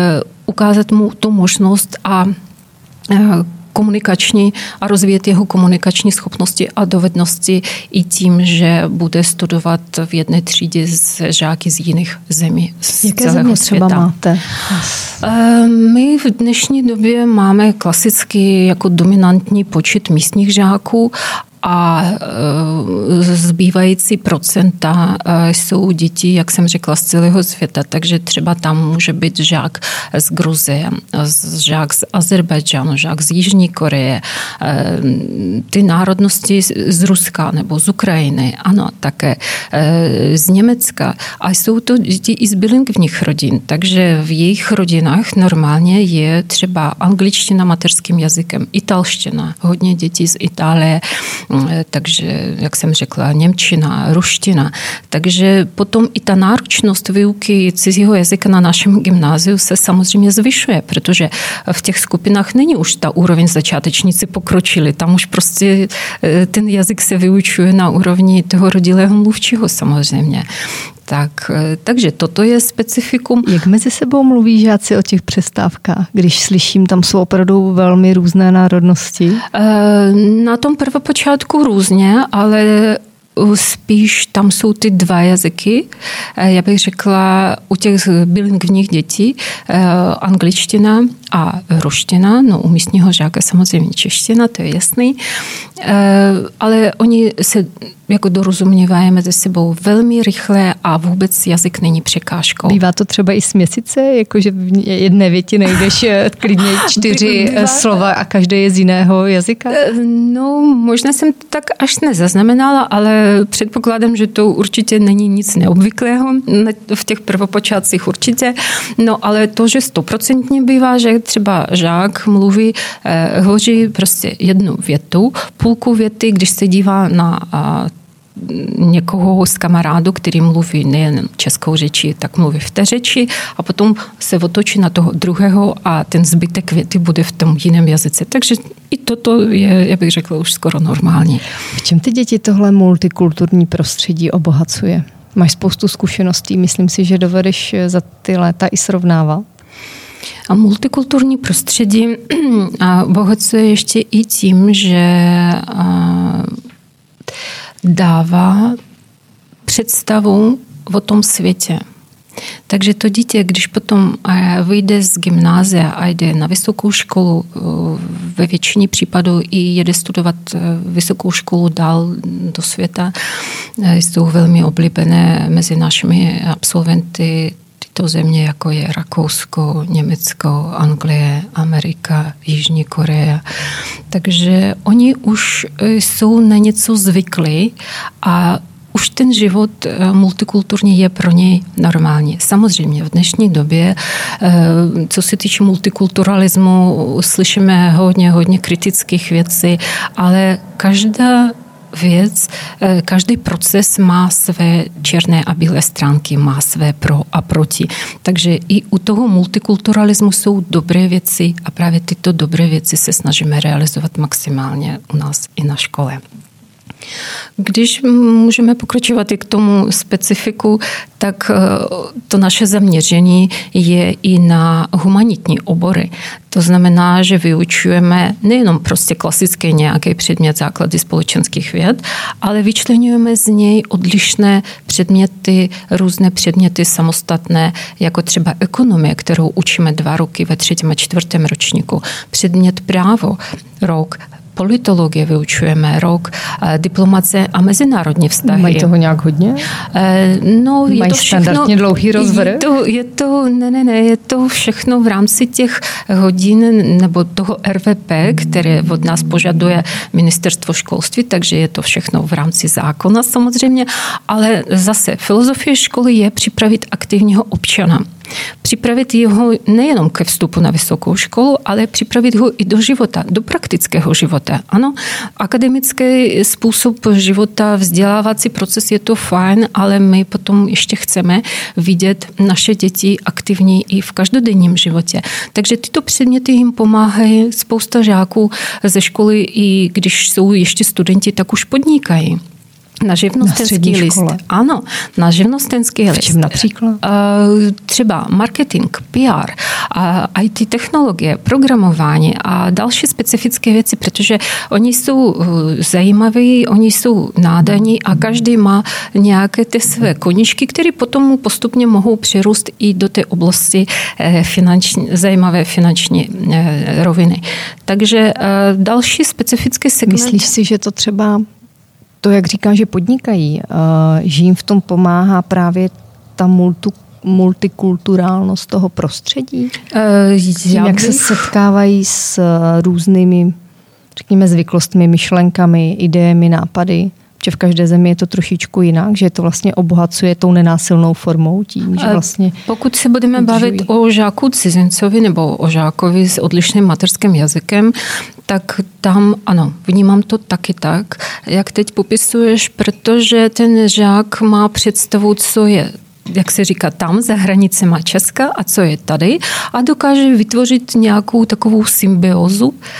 ukázat mu tu možnost a uh, komunikační a rozvíjet jeho komunikační schopnosti a dovednosti i tím, že bude studovat v jedné třídě s žáky z jiných zemí. Z Jaké země třeba máte? My v dnešní době máme klasicky jako dominantní počet místních žáků a zbývající procenta jsou děti, jak jsem řekla, z celého světa. Takže třeba tam může být žák z Gruzie, žák z Azerbajdžánu, žák z Jižní Koreje, ty národnosti z Ruska nebo z Ukrajiny, ano, také z Německa. A jsou to děti i z bilingvních rodin, takže v jejich rodinách normálně je třeba angličtina mateřským jazykem, italština, hodně dětí z Itálie, takže, jak jsem řekla, němčina, ruština. Takže potom i ta náročnost výuky cizího jazyka na našem gymnáziu se samozřejmě zvyšuje, protože v těch skupinách není už ta úroveň začátečníci pokročili. Tam už prostě ten jazyk se vyučuje na úrovni toho rodilého mluvčího samozřejmě. Tak, takže toto je specifikum. Jak mezi sebou mluví žáci o těch přestávkách, když slyším, tam jsou opravdu velmi různé národnosti? Na tom prvopočátku různě, ale spíš tam jsou ty dva jazyky. Já bych řekla u těch bilingvních dětí angličtina a ruština, no u místního žáka samozřejmě čeština, to je jasný, ale oni se jako dorozuměvají mezi sebou velmi rychle a vůbec jazyk není překážkou. Bývá to třeba i směsice, jakože v jedné větě najdeš klidně čtyři slova a každé je z jiného jazyka? No, možná jsem to tak až nezaznamenala, ale předpokládám, že to určitě není nic neobvyklého v těch prvopočátcích určitě. No, ale to, že stoprocentně bývá, že třeba žák mluví, eh, hovoří prostě jednu větu, půlku věty, když se dívá na a, někoho z kamarádu, který mluví nejen českou řečí, tak mluví v té řeči a potom se otočí na toho druhého a ten zbytek věty bude v tom jiném jazyce. Takže i toto je, já bych řekla, už skoro normální. V čem ty děti tohle multikulturní prostředí obohacuje? Máš spoustu zkušeností, myslím si, že dovedeš za ty léta i srovnávat. A multikulturní prostředí obohacuje ještě i tím, že dává představu o tom světě. Takže to dítě, když potom vyjde z gymnázia a jde na vysokou školu, ve většině případů i jede studovat vysokou školu dál do světa, jsou velmi oblíbené mezi našimi absolventy tyto země, jako je Rakousko, Německo, Anglie, Amerika, Jižní Korea. Takže oni už jsou na něco zvyklí a už ten život multikulturní je pro něj normální. Samozřejmě v dnešní době, co se týče multikulturalismu, slyšíme hodně, hodně kritických věcí, ale každá věc, každý proces má své černé a bílé stránky, má své pro a proti. Takže i u toho multikulturalismu jsou dobré věci a právě tyto dobré věci se snažíme realizovat maximálně u nás i na škole. Když můžeme pokračovat i k tomu specifiku, tak to naše zaměření je i na humanitní obory. To znamená, že vyučujeme nejenom prostě klasický nějaký předmět základy společenských věd, ale vyčleňujeme z něj odlišné předměty, různé předměty samostatné, jako třeba ekonomie, kterou učíme dva roky ve třetím a čtvrtém ročníku, předmět právo, rok, politologie vyučujeme rok, diplomace a mezinárodní vztahy. Mají toho nějak hodně? No, je Mají to všechno, standardně dlouhý rozvrh? Je to, je to, ne, ne, ne, je to všechno v rámci těch hodin nebo toho R V P, které od nás požaduje ministerstvo školství, takže je to všechno v rámci zákona samozřejmě, ale zase filozofie školy je připravit aktivního občana. Připravit jeho nejenom ke vstupu na vysokou školu, ale připravit ho i do života, do praktického života. Ano, akademický způsob života, vzdělávací proces je to fajn, ale my potom ještě chceme vidět naše děti aktivní i v každodenním životě. Takže tyto předměty jim pomáhají. Spousta žáků ze školy, i když jsou ještě studenti, tak už podnikají. Na živnostenský na list. Ano, na živnostenský list. V čem například? Třeba marketing, P R, I T technologie, programování a další specifické věci, protože oni jsou zajímaví, oni jsou nádaní a každý má nějaké ty své koníčky, které potom postupně mohou přirůst i do té oblasti finanční, zajímavé finanční roviny. Takže další specifické segmenty. Myslíš si, že to třeba to, jak říká, že podnikají, že jim v tom pomáhá právě ta multi, multikulturálnost toho prostředí? Tím, jak se setkávají s různými, řekněme, zvyklostmi, myšlenkami, idejemi, nápady, že v každé zemi je to trošičku jinak, že to vlastně obohacuje tou nenásilnou formou tím, že vlastně... Pokud se budeme udržují. bavit o žáku cizincovi nebo o žákovi s odlišným mateřským jazykem, tak tam, ano, vnímám to taky tak, jak teď popisuješ, protože ten žák má představu, co je, jak se říká, tam za hranicema Česka a co je tady a dokáže vytvořit nějakou takovou symbiózu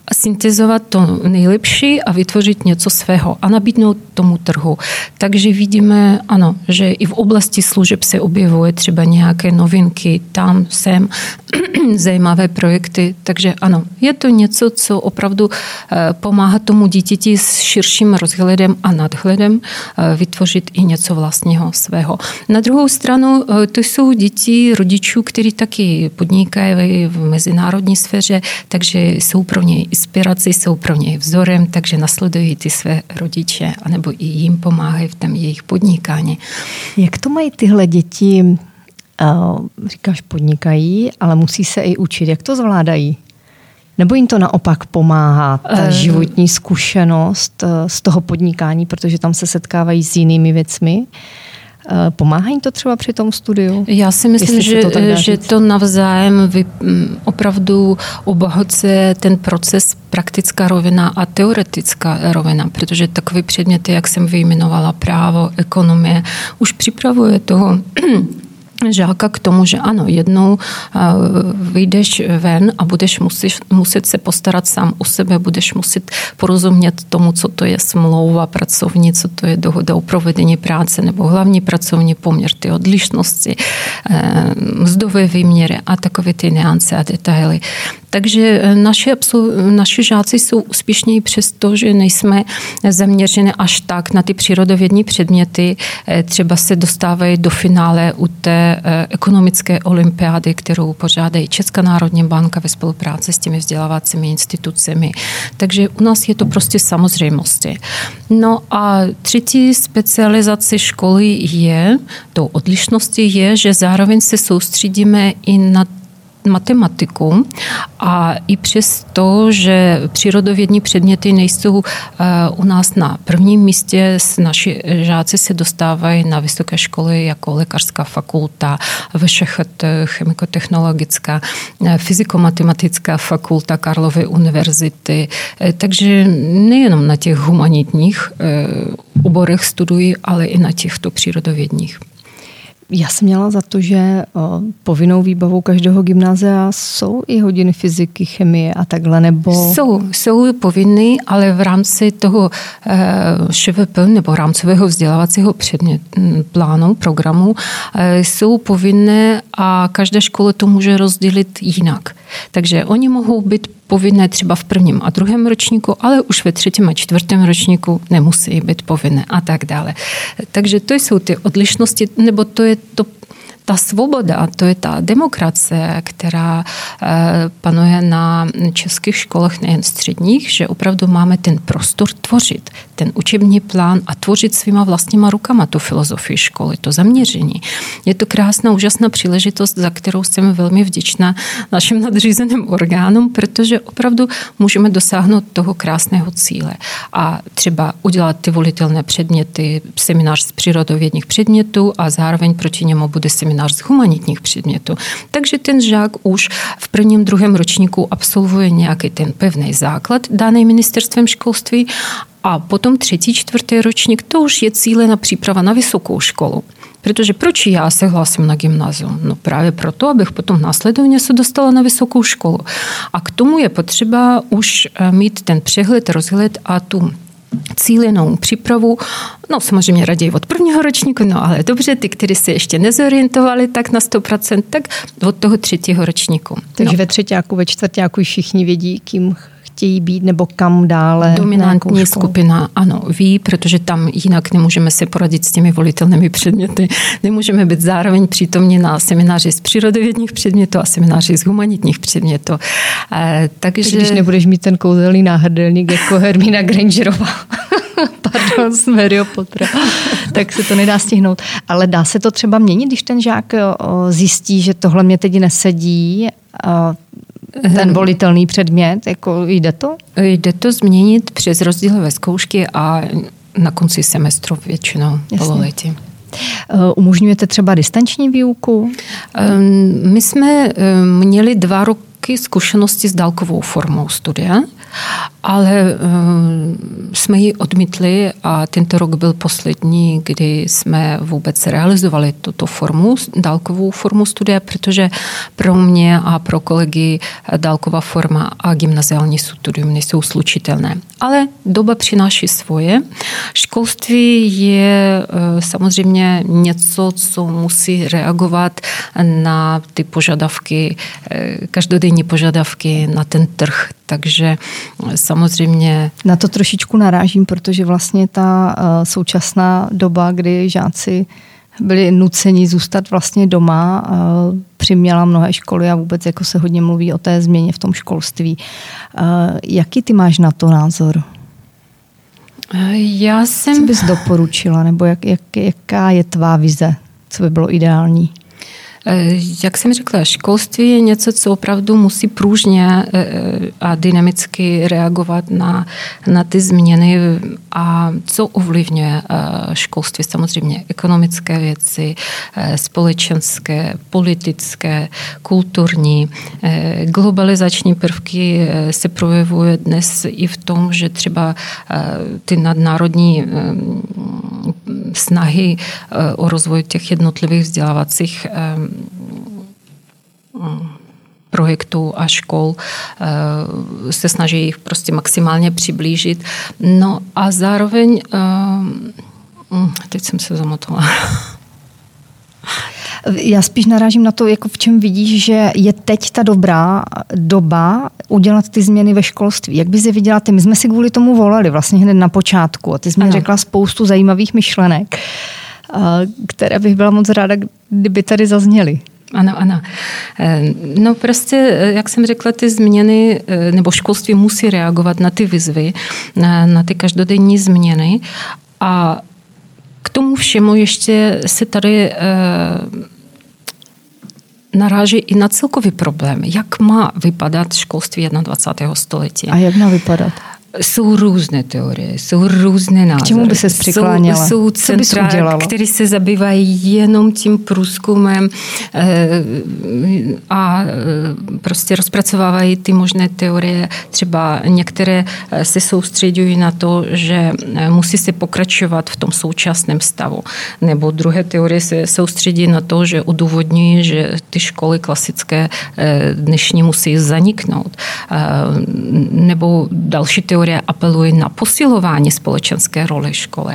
syntetizovat to nejlepší a vytvořit něco svého a nabídnout tomu trhu. Takže vidíme, ano, že i v oblasti služeb se objevuje třeba nějaké novinky, tam, sem, zajímavé projekty. Takže ano, je to něco, co opravdu pomáhá tomu dítěti s širším rozhledem a nadhledem vytvořit i něco vlastního svého. Na druhou stranu, to jsou děti rodičů, kteří taky podnikají v mezinárodní sféře, takže jsou pro ně inspirací, jsou pro ně vzorem, takže nasledují ty své rodiče, anebo i jim pomáhají v tom jejich podnikání. Jak to mají tyhle děti, říkáš podnikají, ale musí se i učit, jak to zvládají? Nebo jim to naopak pomáhá, ta životní zkušenost z toho podnikání, protože tam se setkávají s jinými věcmi? Pomáhá jim to třeba při tom studiu? Já si myslím, že to, že to navzájem vy, opravdu obohacuje ten proces praktická rovina a teoretická rovina, protože takové předměty, jak jsem vyjmenovala, právo, ekonomie, už připravuje toho žáka k tomu, že ano, jednou vyjdeš ven a budeš muset, muset se postarat sám o sebe, budeš muset porozumět tomu, co to je smlouva pracovní, co to je dohoda o provedení práce nebo hlavní pracovní poměr, ty odlišnosti, mzdové výměry a takové ty nuance a detaily. Takže naši, naši žáci jsou úspěšní přesto, že nejsme zaměřeni až tak na ty přírodovědní předměty. Třeba se dostávají do finále u té ekonomické olympiády, kterou pořádají Česká národní banka ve spolupráci s těmi vzdělávacími institucemi. Takže u nás je to prostě samozřejmosti. No a třetí specializace školy je, tou odlišností je, že zároveň se soustředíme i na matematiku a i přes to, že přírodovědní předměty nejsou u nás na prvním místě, naši žáci se dostávají na vysoké školy jako lékařská fakulta, V Š Ch T, chemikotechnologická, fyziko-matematická fakulta Karlovy univerzity. Takže nejenom na těch humanitních oborech studují, ale i na těchto přírodovědních. Já jsem měla za to, že povinnou výbavou každého gymnázia jsou i hodiny fyziky, chemie a takhle, nebo... Jsou, jsou povinný, ale v rámci toho Š V P nebo rámcového vzdělávacího předmět, plánu, programu jsou povinné a každá škola to může rozdělit jinak. Takže oni mohou být povinné třeba v prvním a druhém ročníku, ale už ve třetím a čtvrtém ročníku nemusí být povinné a tak dále. Takže to jsou ty odlišnosti, nebo to je to ta svoboda, to je ta demokracie, která panuje na českých školách, nejen středních, že opravdu máme ten prostor tvořit, ten učební plán a tvořit svýma vlastníma rukama tu filozofii školy, to zaměření. Je to krásná, úžasná příležitost, za kterou jsem velmi vděčná našim nadřízeným orgánům, protože opravdu můžeme dosáhnout toho krásného cíle. A třeba udělat ty volitelné předměty, seminář z přírodovědních předmětů a zároveň proti němu bude seminář z humanitních předmětů. Takže ten žák už v prvním, druhém ročníku absolvuje nějaký ten pevný základ daný ministerstvem školství a potom třetí, čtvrtý ročník, to už je cílená příprava na vysokou školu. Protože proč já se hlásím na gymnázium? No právě proto, abych potom následovně se dostala na vysokou školu. A k tomu je potřeba už mít ten přehled, rozhled a tu cílenou přípravu, no samozřejmě raději od prvního ročníku, no ale dobře, ty, kteří se ještě nezorientovali tak na sto procent, tak od toho třetího ročníku. Takže no. Ve třetíku, ve čtvrtíku všichni vědí, kým chtějí být nebo kam dále. Dominantní skupina, ano, ví, protože tam jinak nemůžeme se poradit s těmi volitelnými předměty. Nemůžeme být zároveň přítomni na semináři z přírodovědných předmětů a semináři z humanitních předmětů. E, takže... Když nebudeš mít ten kouzelný náhrdelník jako Hermína Grangerová. Pardon, z Harryho Pottera. Tak se to nedá stihnout. Ale dá se to třeba měnit, když ten žák zjistí, že tohle mě teď nesedí, ten volitelný předmět, jako jde to? Jde to změnit přes rozdílové zkoušky a na konci semestru většinou pololetí. Umožňujete třeba distanční výuku? My jsme měli dva roky zkušenosti s dálkovou formou studia ale jsme ji odmítli a tento rok byl poslední, kdy jsme vůbec realizovali tuto formu, dálkovou formu studia, protože pro mě a pro kolegy dálková forma a gymnaziální studium nejsou slučitelné. Ale doba přináší svoje. Školství je samozřejmě něco, co musí reagovat na ty požadavky, každodenní požadavky na ten trh. Takže samozřejmě... Na to trošičku narážím, protože vlastně ta současná doba, kdy žáci byli nuceni zůstat vlastně doma, přiměla mnohé školy a vůbec jako se hodně mluví o té změně v tom školství. Jaký ty máš na to názor? Já jsem... Co bys doporučila, nebo jak, jak, jaká je tvá vize? Co by bylo ideální? Jak jsem řekla, školství je něco, co opravdu musí pružně a dynamicky reagovat na, na ty změny a co ovlivňuje školství. Samozřejmě ekonomické věci, společenské, politické, kulturní. Globalizační prvky se projevují dnes i v tom, že třeba ty nadnárodní snahy o rozvoj těch jednotlivých vzdělávacích projektů a škol se snaží jich prostě maximálně přiblížit. No a zároveň teď jsem se zamotala. Já spíš narážím na to, jako v čem vidíš, že je teď ta dobrá doba udělat ty změny ve školství. Jak bys je viděla ty? My jsme si kvůli tomu volali vlastně hned na počátku a ty jsi mi řekla spoustu zajímavých myšlenek, které bych byla moc ráda, kdyby tady zazněly. Ano, ano. No prostě, jak jsem řekla, ty změny, nebo školství musí reagovat na ty výzvy, na, na ty každodenní změny a k tomu všemu ještě se tady naráží i na celkový problém. Jak má vypadat školství dvacátého prvního století? A jak má vypadat? Jsou různé teorie, jsou různé názory. K čemu by se přikláněla? Jsou, jsou centra, které se zabývají jenom tím průzkumem a prostě rozpracovávají ty možné teorie. Třeba některé se soustředují na to, že musí se pokračovat v tom současném stavu. Nebo druhé teorie se soustředí na to, že odůvodňují, že ty školy klasické dnešní musí zaniknout. Nebo další teorie apelují na posilování společenské role školy.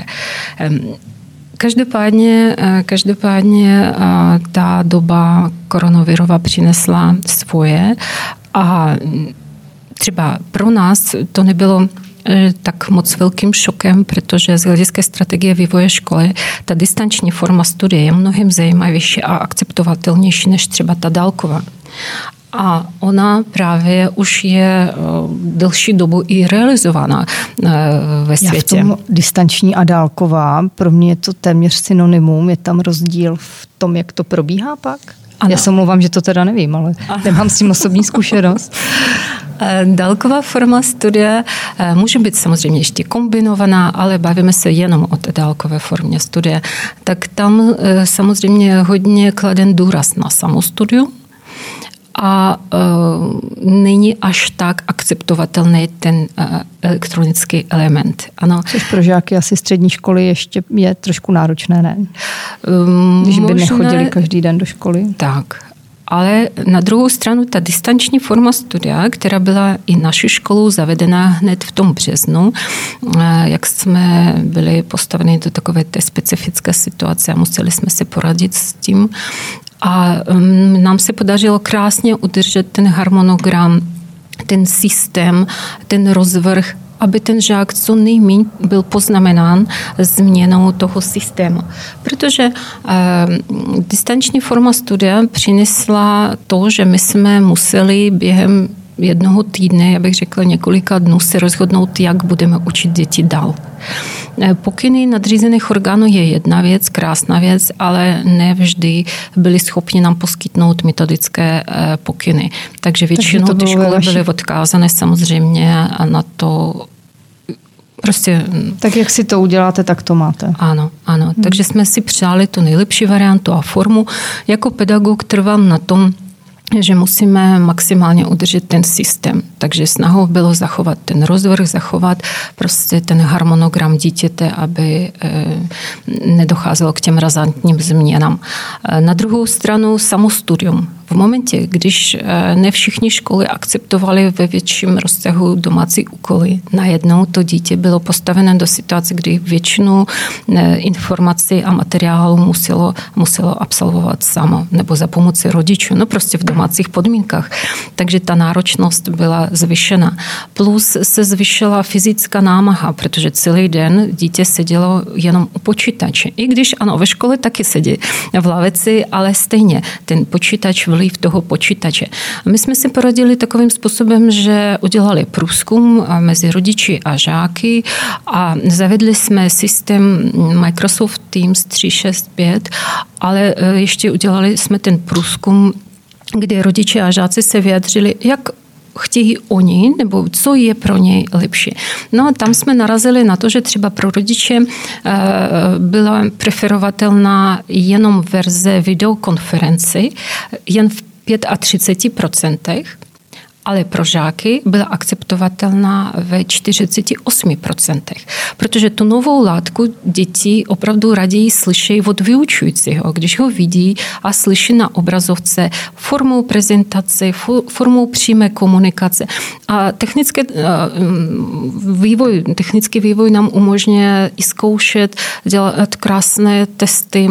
Každopádně, každopádně ta doba koronavirova přinesla svoje a třeba pro nás to nebylo tak moc velkým šokem, protože z hlediska strategie vývoje školy ta distanční forma studie je mnohem zajímavější a akceptovatelnější než třeba ta dálková. A ona právě už je delší dobu i realizována ve světě. Já v tom distanční a dálková, pro mě je to téměř synonymum, je tam rozdíl v tom, jak to probíhá pak? Ano. Já se omlouvám, že to teda nevím, ale ano. Nemám s tím osobní zkušenost. Dálková forma studia může být samozřejmě ještě kombinovaná, ale bavíme se jenom o té dálkové formě studia. Tak tam samozřejmě hodně kladen důraz na samostudium, a uh, není až tak akceptovatelný ten uh, elektronický element. Ano. Což pro žáky asi střední školy ještě je trošku náročné, ne? Um, Když by možná nechodili každý den do školy. Tak. Ale na druhou stranu ta distanční forma studia, která byla i naší školou zavedena hned v tom březnu, jak jsme byli postaveni do takové té specifické situace a museli jsme se poradit s tím. A nám se podařilo krásně udržet ten harmonogram, ten systém, ten rozvrh, aby ten žák co nejméně byl poznamenán změnou toho systému. Protože eh, distanční forma studia přinesla to, že my jsme museli během jednoho týdne, já bych řekla několika dnů, se rozhodnout, jak budeme učit děti dál. Pokyny nadřízených orgánů je jedna věc, krásná věc, ale ne vždy byli schopni nám poskytnout metodické pokyny. Takže většinou ty školy byly odkázané samozřejmě na to, prostě... Tak jak si to uděláte, tak to máte. Ano, ano. Hmm. Takže jsme si přáli tu nejlepší variantu a formu. Jako pedagog trvám na tom, že musíme maximálně udržet ten systém. takže snahou bylo zachovat ten rozvrh, zachovat prostě ten harmonogram dítěte, aby nedocházelo k těm razantním změnám. Na druhou stranu samostudium. V momentě, když ne všichni školy akceptovali ve větším rozsahu domácí úkoly, najednou to dítě bylo postavené do situace, kdy většinu informací a materiálu muselo, muselo absolvovat samo nebo za pomoci rodičů, no prostě v domácích podmínkách. Takže ta náročnost byla zvyšena. Plus se zvyšila fyzická námaha, protože celý den dítě sedělo jenom u počítače. I když ano, ve škole taky sedí v lavici, ale stejně ten počítač, vliv toho počítače. My jsme si poradili takovým způsobem, že udělali průzkum mezi rodiči a žáky a zavedli jsme systém Microsoft Teams tři šest pět, ale ještě udělali jsme ten průzkum, kdy rodiče a žáci se vyjadřili, jak chtějí oni, nebo co je pro něj lepší. No a tam jsme narazili na to, že třeba pro rodiče byla preferovatelná jenom verze videokonferenci, jen v třicet pět procent, ale pro žáky byla akceptovatelná ve čtyřicet osm procent. Protože tu novou látku děti opravdu raději slyší od vyučujícího, když ho vidí a slyší na obrazovce formou prezentace, formou přímé komunikace. A technické vývoj, technický vývoj nám umožňuje i zkoušet, dělat krásné testy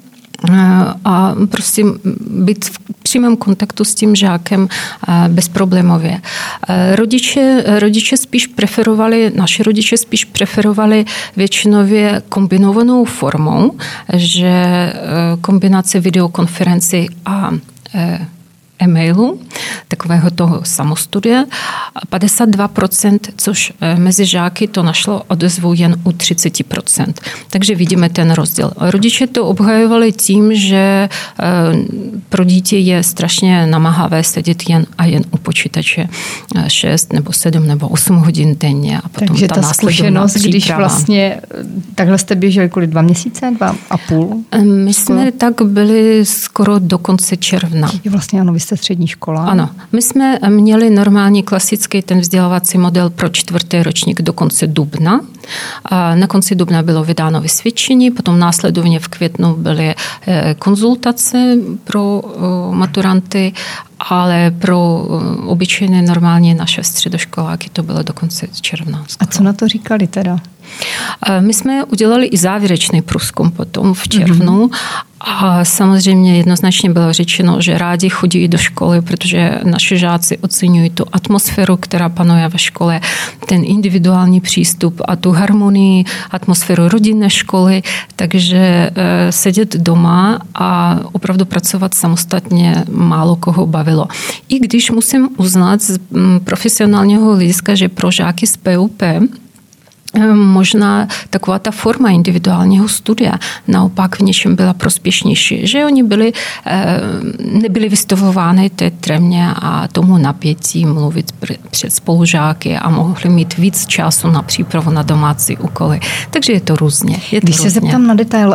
a prostě být v přímém kontaktu s tím žákem bezproblémově. Rodiče, rodiče spíš preferovali, naši rodiče spíš preferovali většinově kombinovanou formou, že kombinace videokonferenci a e-mailu, takového toho samostudia, padesát dva procent, což mezi žáky to našlo odezvu jen u třicet procent. Takže vidíme ten rozdíl. Rodiče to obhajovali tím, že pro dítě je strašně namáhavé sedět jen a jen u počítače šest nebo sedm nebo osm hodin denně. A potom takže ta, ta zkušenost, když vlastně takhle jste běželi kolik dva měsíce, dva a půl? My jsme skoro tak byli skoro do konce června. Je vlastně ano, vy jste střední škola. Ano. My jsme měli normální klasický ten vzdělávací model pro čtvrtý ročník do konce dubna. A na konci dubna bylo vydáno vysvědčení, potom následovně v květnu byly konzultace pro maturanty, ale pro obyčejné normálně naše středoškoláky to bylo do konce června. A co na to říkali teda? My jsme udělali i závěrečný průzkum potom v červnu mm-hmm. a samozřejmě jednoznačně bylo řečeno, že rádi chodí do školy, protože naši žáci oceňují tu atmosféru, která panuje ve škole, ten individuální přístup a tu harmonii, atmosféru rodinné školy, takže sedět doma a opravdu pracovat samostatně málo koho bavilo. I když musím uznat z profesionálního hlediska, že pro žáky z P U P možná taková ta forma individuálního studia naopak v něčem byla prospěšnější, že oni byli, nebyli vystavovány té trémě a tomu napětí mluvit před spolužáky a mohli mít víc času na přípravu na domácí úkoly. Takže je to různě. Je to Když různě. se zeptám na detail,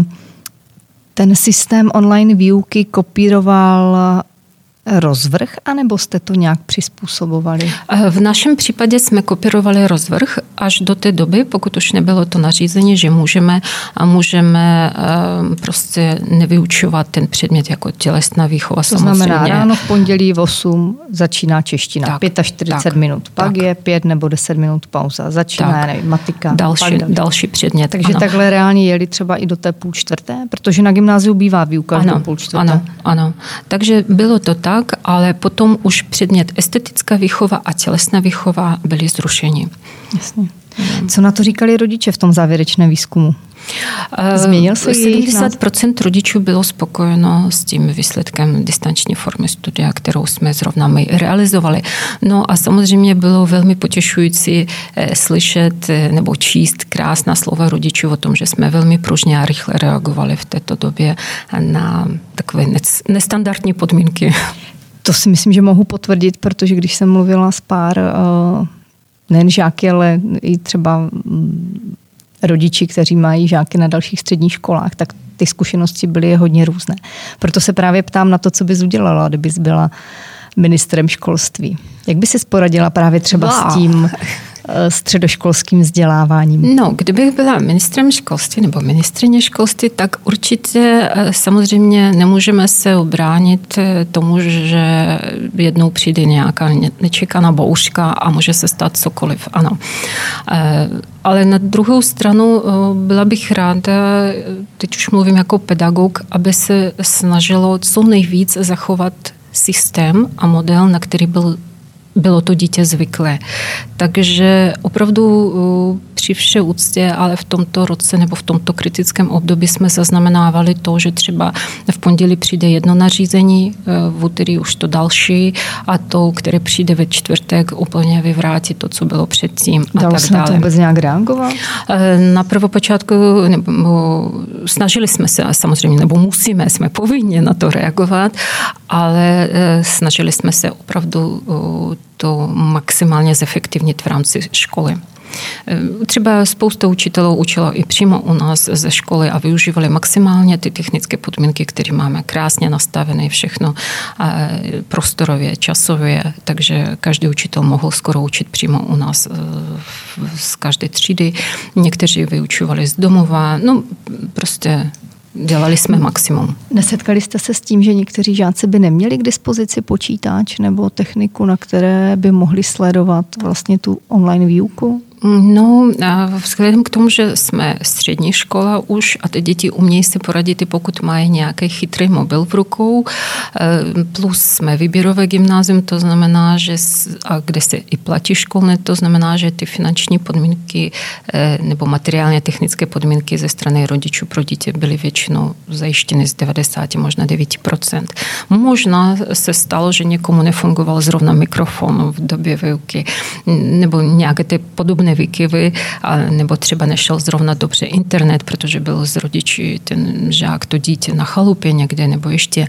ten systém online výuky kopíroval rozvrh, anebo jste to nějak přizpůsobovali? V našem případě jsme kopírovali rozvrh až do té doby, pokud už nebylo to nařízení, že můžeme a můžeme prostě nevyučovat ten předmět jako tělesná výchova. To samozřejmě. Znamená, ráno v pondělí v osm začíná čeština, tak, čtyřicet pět minut, pak tak. je pět nebo deset minut pauza, začíná, tak. nevím, matika. Další, pak další. další předmět. Takže ano. takhle reálně jeli třeba i do té půl čtvrté, protože na gymnáziu bývá výuka ano, do půl čtvrté. Ano, ano. Takže bylo to tak, ale potom už předmět estetická výchova a tělesná výchova byly zrušeni. Jasně. Co na to říkali rodiče v tom závěrečném výzkumu? Změnil se sedmdesát procent rodičů bylo spokojeno s tím výsledkem distanční formy studia, kterou jsme zrovna my realizovali. No a samozřejmě bylo velmi potěšující slyšet nebo číst krásná slova rodičů o tom, že jsme velmi pružně a rychle reagovali v této době na takové nestandardní podmínky. To si myslím, že mohu potvrdit, protože když jsem mluvila s pár nejen žáky, ale i třeba rodiči, kteří mají žáky na dalších středních školách, tak ty zkušenosti byly hodně různé. Proto se právě ptám na to, co bys udělala, kdybys byla ministrem školství. Jak by si poradila právě třeba wow. s tím středoškolským vzděláváním? No, kdybych byla ministrem školství nebo ministryně školství, tak určitě samozřejmě nemůžeme se obránit tomu, že jednou přijde nějaká nečekaná bouřka a může se stát cokoliv. Ano. Ale na druhou stranu byla bych ráda, teď už mluvím jako pedagog, aby se snažilo co nejvíc zachovat systém a model, na který byl bylo to dítě zvyklé. Takže opravdu při vše úctě, ale v tomto roce nebo v tomto kritickém období jsme zaznamenávali to, že třeba v pondělí přijde jedno nařízení, v úterý už to další a to, které přijde ve čtvrtek, úplně vyvrátí to, co bylo předtím. Dalo a tak se dále. na to vůbec nějak reagovat? Na prvopočátku nebo, snažili jsme se, samozřejmě, nebo musíme, jsme povinni na to reagovat, ale snažili jsme se opravdu to maximálně zefektivnit v rámci školy. Třeba spousta učitelů učila i přímo u nás ze školy a využívali maximálně ty technické podmínky, které máme krásně nastavené, všechno prostorově, časově, takže každý učitel mohl skoro učit přímo u nás z každé třídy. Někteří vyučovali z domova, no prostě dělali jsme maximum. Nesetkali jste se s tím, že někteří žáci by neměli k dispozici počítač nebo techniku, na které by mohli sledovat vlastně tu online výuku? No, vzhledem k tomu, že jsme střední škola už a ty děti umějí si poradit, i pokud mají nějaký chytrý mobil v rukou, plus jsme výběrové gymnázium, to znamená, že a kde se i platí školné, to znamená, že ty finanční podmínky nebo materiálně technické podmínky ze strany rodičů pro dítě byly většinou zajištěny z devadesát, možná devět procent. Možná se stalo, že někomu nefungoval zrovna mikrofon v době výuky nebo nějaké ty podobné výkyvy, nebo třeba nešel zrovna dobře internet, protože byl z rodiči ten žák, to dítě na chalupě někde, nebo ještě,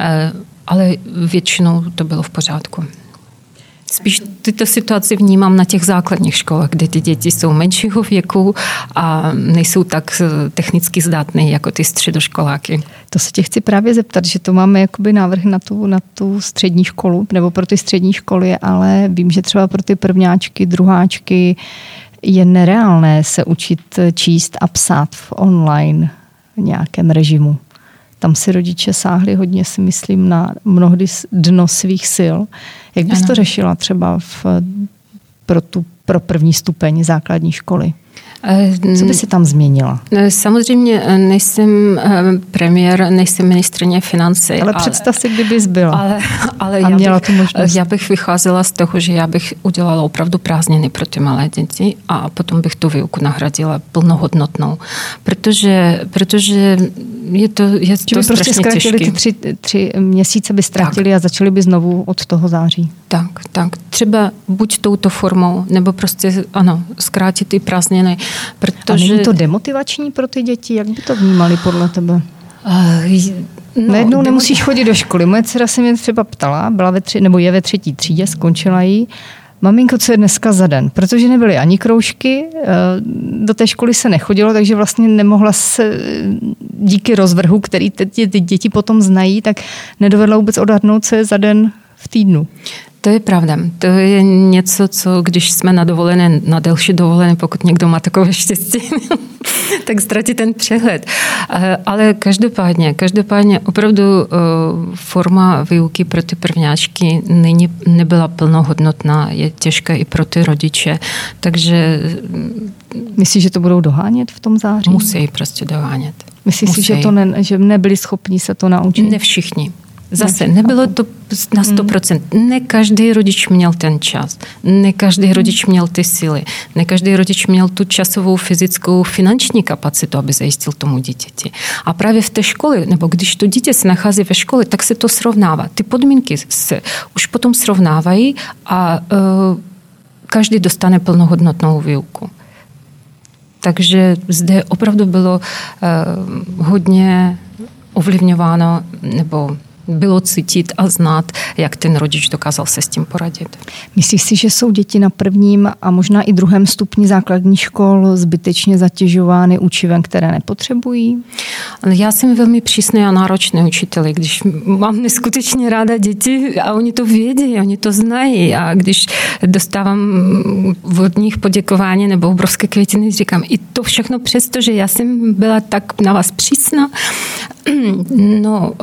ale většinou to bylo v pořádku. Spíš tyto situaci vnímám na těch základních školách, kde ty děti jsou menšího věku a nejsou tak technicky zdatné jako ty středoškoláky. To se tě chci právě zeptat, že to máme jakoby návrh na tu, na tu střední školu, nebo pro ty střední školy, ale vím, že třeba pro ty prvňáčky, druháčky je nereálné se učit číst a psát v online nějakém režimu. Tam si rodiče sáhli hodně, si myslím, na mnohdy dno svých sil. Jak bys ano. to řešila třeba v, pro, tu, pro první stupeň základní školy? Co by si tam změnila? Samozřejmě nejsem premiér, nejsem ministryně financí. Ale, ale představ si, kdybys byla. Ale, ale a já, měla bych, tu možnost. Já bych vycházela z toho, že já bych udělala opravdu prázdniny pro ty malé děti a potom bych tu výuku nahradila plnohodnotnou. Protože, protože je to, je to by strašně prostě zkrátili těžké. ty tři, tři měsíce by ztratili tak. A začali by znovu od toho září. Tak, tak. Třeba buď touto formou, nebo prostě, ano, zkrátit ty prázdniny. Protože... A není to demotivační pro ty děti? Jak by to vnímali podle tebe? Uh, no, Najednou nemusíš chodit do školy. Moje dcera se mě třeba ptala, byla ve tři, nebo je ve třetí třídě, skončila jí. Maminko, co je dneska za den? Protože nebyly ani kroužky, do té školy se nechodilo, takže vlastně nemohla se díky rozvrhu, který ty děti potom znají, tak nedovedla vůbec odhadnout, co je za den v týdnu. To je pravda. To je něco, co když jsme na dovolené, na delší dovolené, pokud někdo má takové štěstí, tak ztratí ten přehled. Ale každopádně, každopádně opravdu forma výuky pro ty prvňáčky není, nebyla plnohodnotná, je těžká i pro ty rodiče, takže... Myslíš, že to budou dohánět v tom září? Musí prostě dohánět. Myslíš si, že, to ne, že nebyli schopni se to naučit? Ne všichni. Zase nebylo to na sto procent. Ne každý rodič měl ten čas. Ne každý rodič měl ty síly. Ne každý rodič měl tu časovou, fyzickou, finanční kapacitu, aby zajistil tomu dítěti. A právě v té škole, nebo když to dítě se nachází ve škole, tak se to srovnává. Ty podmínky se už potom srovnávají a uh, každý dostane plnohodnotnou výuku. Takže zde opravdu bylo uh, hodně ovlivňováno nebo bylo cítit a znát, jak ten rodič dokázal se s tím poradit. Myslíš si, že jsou děti na prvním a možná i druhém stupni základních škol zbytečně zatěžovány učivem, které nepotřebují? Já jsem velmi přísný a náročný učitel, když mám neskutečně ráda děti a oni to vědí, oni to znají a když dostávám od nich poděkování nebo obrovské květiny, říkám i to všechno přesto, že já jsem byla tak na vás přísná. No,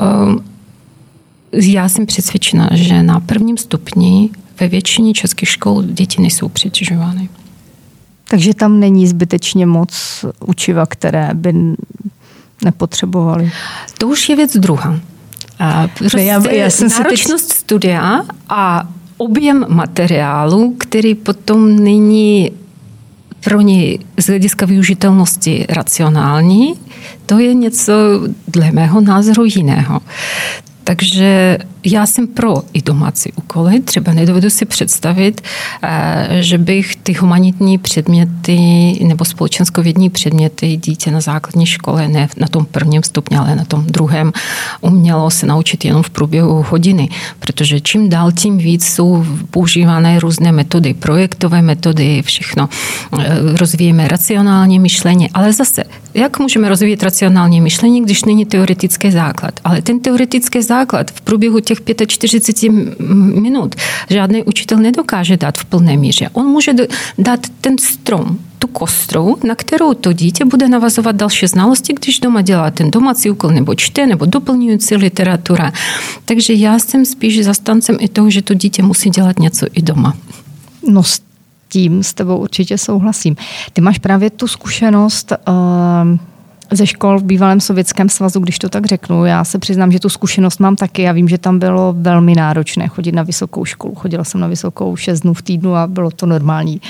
já jsem přesvědčena, že na prvním stupni ve většině českých škol děti nejsou přetěžovány. Takže tam není zbytečně moc učiva, které by nepotřebovali. To už je věc druhá. Prostě já, já jsem náročnost teď... studia a objem materiálu, který potom není pro ně z hlediska využitelnosti racionální, to je něco dle mého názoru jiného. Takže já jsem pro i domácí úkoly. Třeba nedovedu si představit, že bych ty humanitní předměty nebo společenskovědní předměty dítě na základní škole, ne na tom prvním stupni, ale na tom druhém, umělo se naučit jenom v průběhu hodiny. Protože čím dál, tím víc jsou používané různé metody, projektové metody, všechno. Rozvíjeme racionální myšlení, ale zase, jak můžeme rozvíjet racionální myšlení, když není teoretický základ? Ale ten teoretický základ v průběhu těch čtyřicet pět minut žádný učitel nedokáže dát v plné míře. On může dát ten strom, tu kostru, na kterou to dítě bude navazovat další znalosti, když doma dělá ten domácí úkol, nebo čte, nebo doplňující literatura. Takže já jsem spíš zastancem i toho, že to dítě musí dělat něco i doma. No s tím s tebou určitě souhlasím. Ty máš právě tu zkušenost uh... ze škol v bývalém Sovětském svazu, když to tak řeknu. Já se přiznám, že tu zkušenost mám taky. Já vím, že tam bylo velmi náročné chodit na vysokou školu. Chodila jsem na vysokou šest dnů v týdnu a bylo to normální.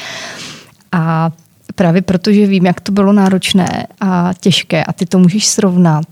A právě protože vím, jak to bylo náročné a těžké a ty to můžeš srovnat,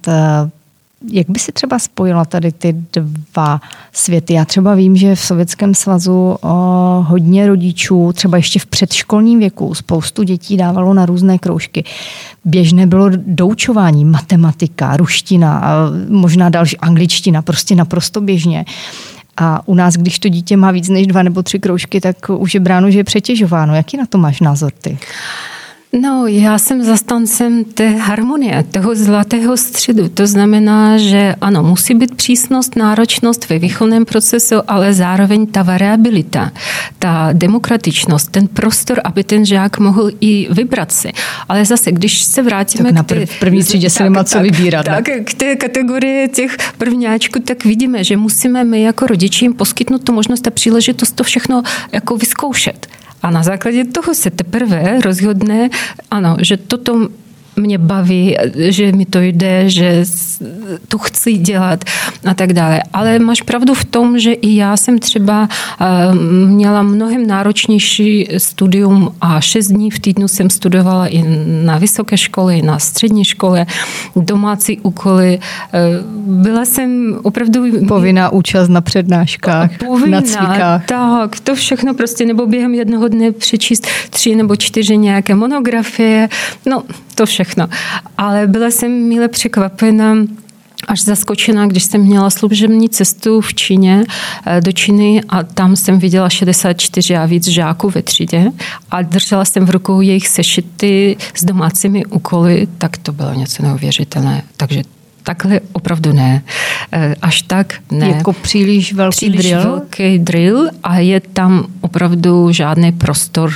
jak by si třeba spojila tady ty dva světy? Já třeba vím, že v Sovětském svazu o, hodně rodičů, třeba ještě v předškolním věku, spoustu dětí dávalo na různé kroužky. Běžné bylo doučování, matematika, ruština, možná další angličtina, prostě naprosto běžně. A u nás, když to dítě má víc než dva nebo tři kroužky, tak už je bráno, že je přetěžováno. Jaký na to máš názor ty? No, já jsem zastancem té harmonie, toho zlatého středu. To znamená, že ano, musí být přísnost, náročnost ve výchovném procesu, ale zároveň ta variabilita, ta demokratičnost, ten prostor, aby ten žák mohl i vybrat si. Ale zase, když se vrátíme tak k té... v první třídě se nemá co vybírat. Tak, k té kategorii těch prvňáčků, tak vidíme, že musíme my jako rodiči jim poskytnout tu možnost a příležitost to všechno jako vyzkoušet. A na základě toho se teprve rozhodne, ano, že toto mě baví, že mi to jde, že to chci dělat a tak dále. Ale máš pravdu v tom, že i já jsem třeba měla mnohem náročnější studium a šest dní v týdnu jsem studovala i na vysoké škole, i na střední škole, domácí úkoly. Byla jsem opravdu... Povinná účast na přednáškách, povinná, na cvikách. Tak, to všechno prostě, nebo během jednoho dne přečíst tři nebo čtyři nějaké monografie, no to všechno. Ale byla jsem mile překvapena, až zaskočená, když jsem měla služební cestu v Číně, do Číny a tam jsem viděla šedesát čtyři a víc žáků ve třídě a držela jsem v rukou jejich sešity s domácími úkoly, tak to bylo něco neuvěřitelné. Takže takhle opravdu ne. Až tak ne. Jako příliš velký příliš drill? velký drill a je tam opravdu žádný prostor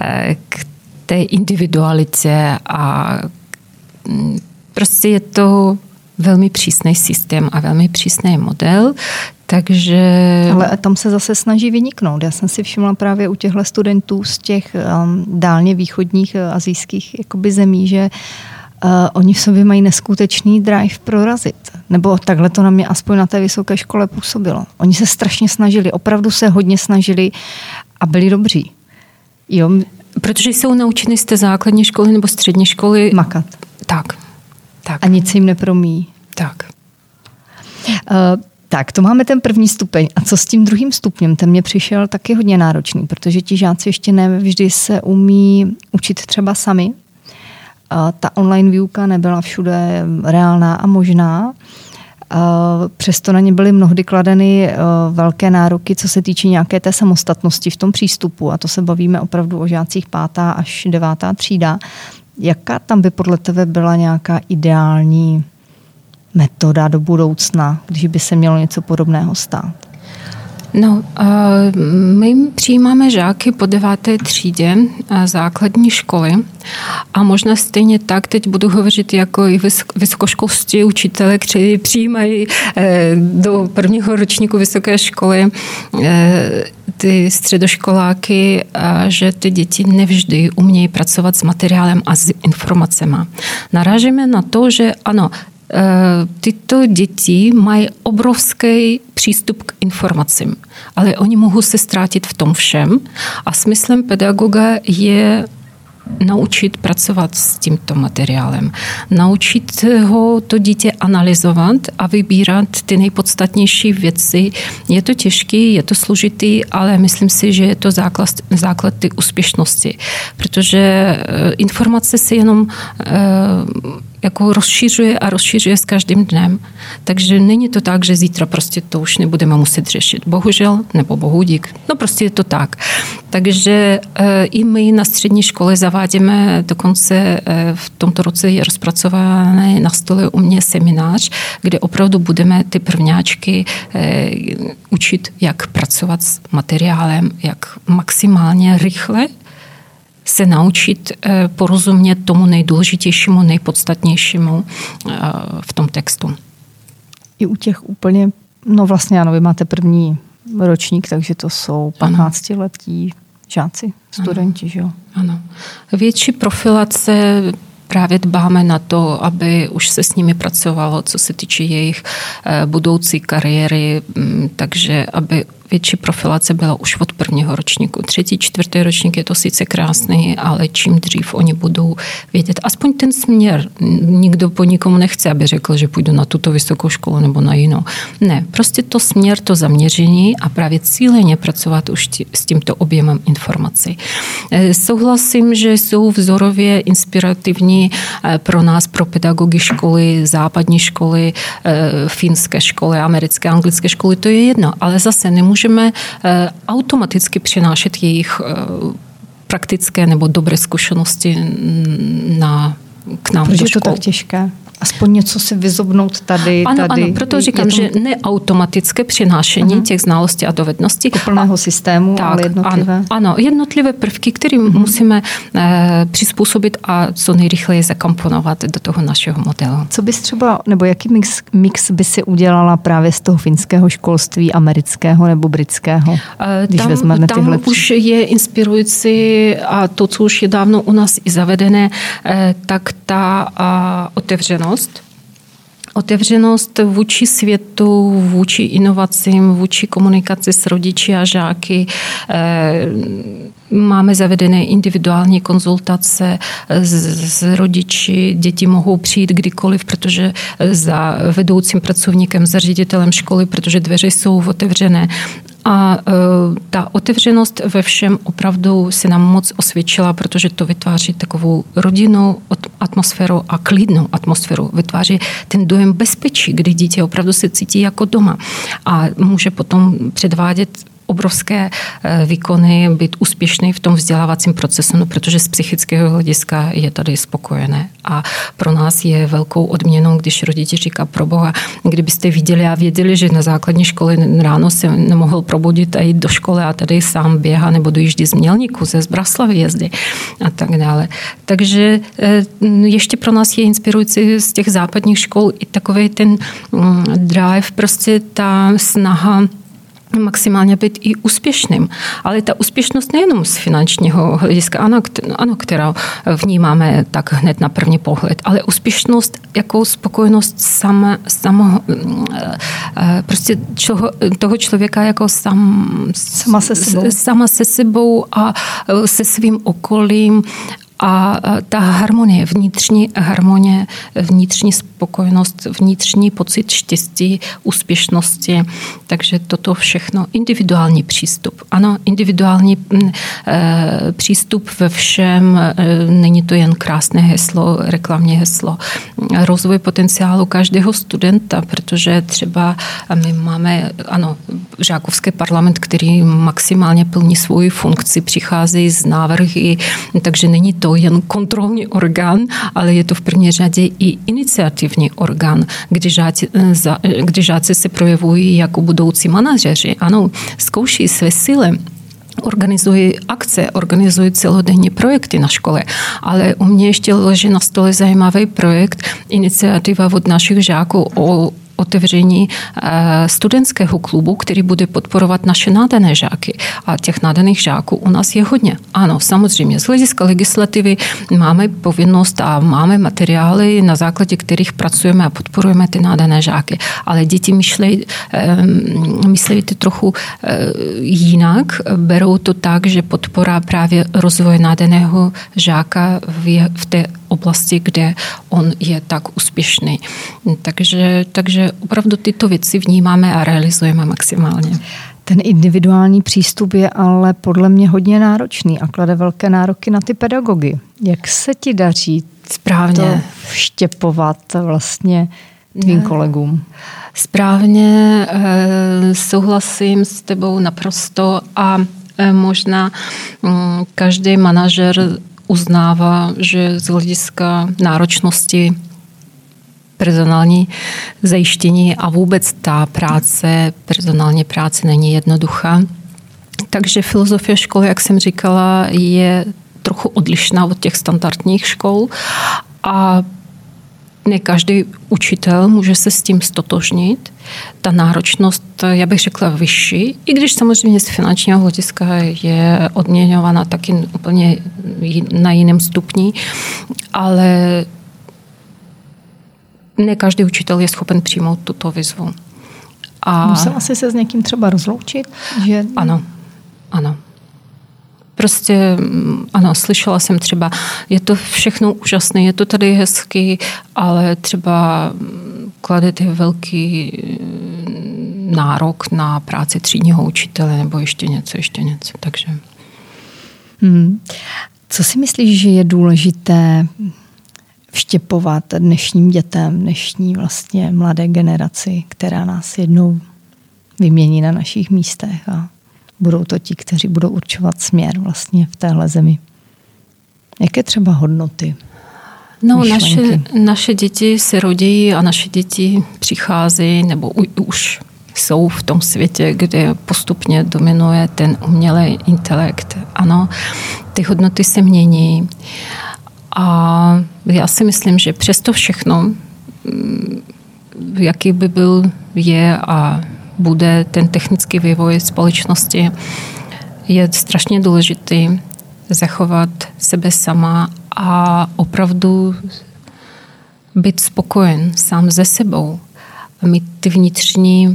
k té individualitě a prostě je to velmi přísný systém a velmi přísný model, takže... Ale tam se zase snaží vyniknout. Já jsem si všimla právě u těchto studentů z těch um, dálně východních uh, asijských jakoby zemí, že uh, oni v sobě mají neskutečný drive prorazit. Nebo takhle to na mě aspoň na té vysoké škole působilo. Oni se strašně snažili, opravdu se hodně snažili a byli dobří. Jo. Protože jsou naučeni z té základní školy nebo střední školy... Makat. Tak. tak. A nic jim nepromíjí. Tak. Uh, tak, to máme ten první stupeň. A co s tím druhým stupněm? Ten mě přišel taky hodně náročný, protože ti žáci ještě ne vždy se umí učit třeba sami. Uh, ta online výuka nebyla všude reálná a možná. Přesto na ně byly mnohdy kladeny velké nároky, co se týče nějaké té samostatnosti v tom přístupu. A to se bavíme opravdu o žácích pátá až devátá třída. Jaká tam by podle tebe byla nějaká ideální metoda do budoucna, když by se mělo něco podobného stát? No, my přijímáme žáky po deváté třídě základní školy a možná stejně tak, teď budu hovořit jako i vysokoškolští učitelé, kteří přijímají do prvního ročníku vysoké školy ty středoškoláky, že ty děti nevždy umějí pracovat s materiálem a s informacemi. Narážíme na to, že ano, tyto děti mají obrovský přístup k informacím, ale oni mohou se ztrátit v tom všem a smyslem pedagoga je naučit pracovat s tímto materiálem. Naučit ho to dítě analyzovat a vybírat ty nejpodstatnější věci. Je to těžký, je to složitý, ale myslím si, že je to základ, základ ty úspěšnosti. Protože informace se jenom jako rozšiřuje a rozšiřuje s každým dnem. Takže není to tak, že zítra prostě to už nebudeme muset řešit. Bohužel, nebo bohu dík. No prostě je to tak. Takže e, i my na střední škole zavádíme, dokonce e, v tomto roce je rozpracovaný na stole u mě seminář, kde opravdu budeme ty prvňáčky e, učit, jak pracovat s materiálem, jak maximálně rychle se naučit porozumět tomu nejdůležitějšímu, nejpodstatnějšímu v tom textu. I u těch úplně, no vlastně ano, vy máte první ročník, takže to jsou patnáctiletí žáci, studenti, ano. že jo? Ano. Větší profilace právě dbáme na to, aby už se s nimi pracovalo, co se týče jejich budoucí kariéry, takže aby větší profilace byla už od prvního ročníku. Třetí, čtvrtý ročník je to sice krásný, ale čím dřív oni budou vědět. Aspoň ten směr. Nikdo po nikomu nechce, aby řekl, že půjdu na tuto vysokou školu nebo na jinou. Ne, prostě to směr, to zaměření a právě cíleně pracovat už tí, s tímto objemem informací. Souhlasím, že jsou vzorově inspirativní pro nás, pro pedagogy školy, západní školy, finské školy, americké, anglické školy, to je jedno, ale zase nemůže můžeme automaticky přinášet jejich praktické nebo dobré zkušenosti na, k nám Proč do je škol. to tak těžké? Aspoň něco si vyzobnout tady. Ano, tady. ano, proto říkám, to... že neautomatické přinášení uh-huh. těch znalostí a dovedností. Plného systému, tak, ale jednotlivé. Ano, ano, jednotlivé prvky, které uh-huh. musíme eh, přizpůsobit a co nejrychleji zakomponovat do toho našeho modelu. Co bys třeba, nebo jaký mix, mix by si udělala právě z toho finského školství, amerického nebo britského, když tam, vezmeme tam tyhle už je inspirující a to, co už je dávno u nás i zavedené, eh, tak ta a, otevřenost. Otevřenost vůči světu, vůči inovacím, vůči komunikaci s rodiči a žáky. Máme zavedené individuální konzultace s, s rodiči. Děti mohou přijít kdykoliv, protože za vedoucím pracovníkem, za ředitelem školy, protože dveře jsou otevřené. A e, ta otevřenost ve všem opravdu se nám moc osvědčila, protože to vytváří takovou rodinnou atmosféru a klidnou atmosféru. Vytváří ten dojem bezpečí, kdy dítě opravdu se cítí jako doma a může potom předvádět obrovské výkony, být úspěšný v tom vzdělávacím procesu, no, protože z psychického hlediska je tady spokojené. A pro nás je velkou odměnou, když rodiče říká, pro Boha, kdybyste viděli a věděli, že na základní škole ráno se nemohl probudit a jít do školy a tady sám běhá nebo dojíždí z Mělníku, ze Zbraslavy jezdí a tak dále. Takže ještě pro nás je inspirující z těch západních škol i takový ten drive, prostě ta snaha maximálně být i úspěšným. Ale ta úspěšnost nejenom z finančního hlediska, ano, ano, kterou vnímáme tak hned na první pohled, ale úspěšnost jako spokojenost sama, samo, prostě člo, toho člověka jako sam, sama, se sebou. sama se sebou a se svým okolím A ta harmonie, vnitřní harmonie, vnitřní spokojenost, vnitřní pocit štěstí, úspěšnosti, takže toto všechno, individuální přístup. Ano, individuální e, přístup ve všem, e, není to jen krásné heslo, reklamní heslo. Rozvoj potenciálu každého studenta, protože třeba my máme, ano, žákovský parlament, který maximálně plní svoji funkci, přichází z návrhy, takže není to jen kontrolní orgán, ale je to v první řadě i iniciativní orgán, kdy žáci, kdy žáci se projevují jako budoucí manažeři. Ano, zkouší své síly, organizují akce, organizují celodenní projekty na škole, ale u mě ještě leží na stole zajímavý projekt, iniciativa od našich žáků o otevření studentského klubu, který bude podporovat naše nadané žáky. A těch nadaných žáků u nás je hodně. Ano, samozřejmě, z hlediska legislativy máme povinnost a máme materiály, na základě kterých pracujeme a podporujeme ty nadané žáky. Ale děti myšlejí, myslejí to trochu jinak. Berou to tak, že podpora právě rozvoje nadaného žáka v té oblasti, kde on je tak úspěšný. Takže, takže opravdu tyto věci vnímáme a realizujeme maximálně. Ten individuální přístup je ale podle mě hodně náročný a klade velké nároky na ty pedagogy. Jak se ti daří správně to vštěpovat vlastně tvým ne. kolegům? Správně, souhlasím s tebou naprosto a možná každý manažer uznává, že z hlediska náročnosti personální zajištění a vůbec ta práce, personální práce není jednoduchá. Takže filozofie školy, jak jsem říkala, je trochu odlišná od těch standardních škol a ne každý učitel může se s tím stotožnit. Ta náročnost, já bych řekla, vyšší, i když samozřejmě z finančního hlediska je odměňována taky úplně na jiném stupni, ale ne každý učitel je schopen přijmout tuto výzvu. A musel asi se s někým třeba rozloučit? Že... Ano, ano. Prostě, ano, slyšela jsem třeba, je to všechno úžasné, je to tady hezky, ale třeba kladete velký nárok na práci třídního učitele nebo ještě něco, ještě něco, takže. Hmm. Co si myslíš, že je důležité vštěpovat dnešním dětem, dnešní vlastně mladé generaci, která nás jednou vymění na našich místech a budou to ti, kteří budou určovat směr vlastně v téhle zemi? Jaké třeba hodnoty? No, naše, naše děti se rodí a naše děti přicházejí nebo u, už jsou v tom světě, kde postupně dominuje ten umělý intelekt. Ano, ty hodnoty se mění. A já si myslím, že přesto všechno, jaký by byl, je a bude ten technický vývoj společnosti, je strašně důležitý zachovat sebe sama a opravdu být spokojen sám se sebou. Mít ty vnitřní,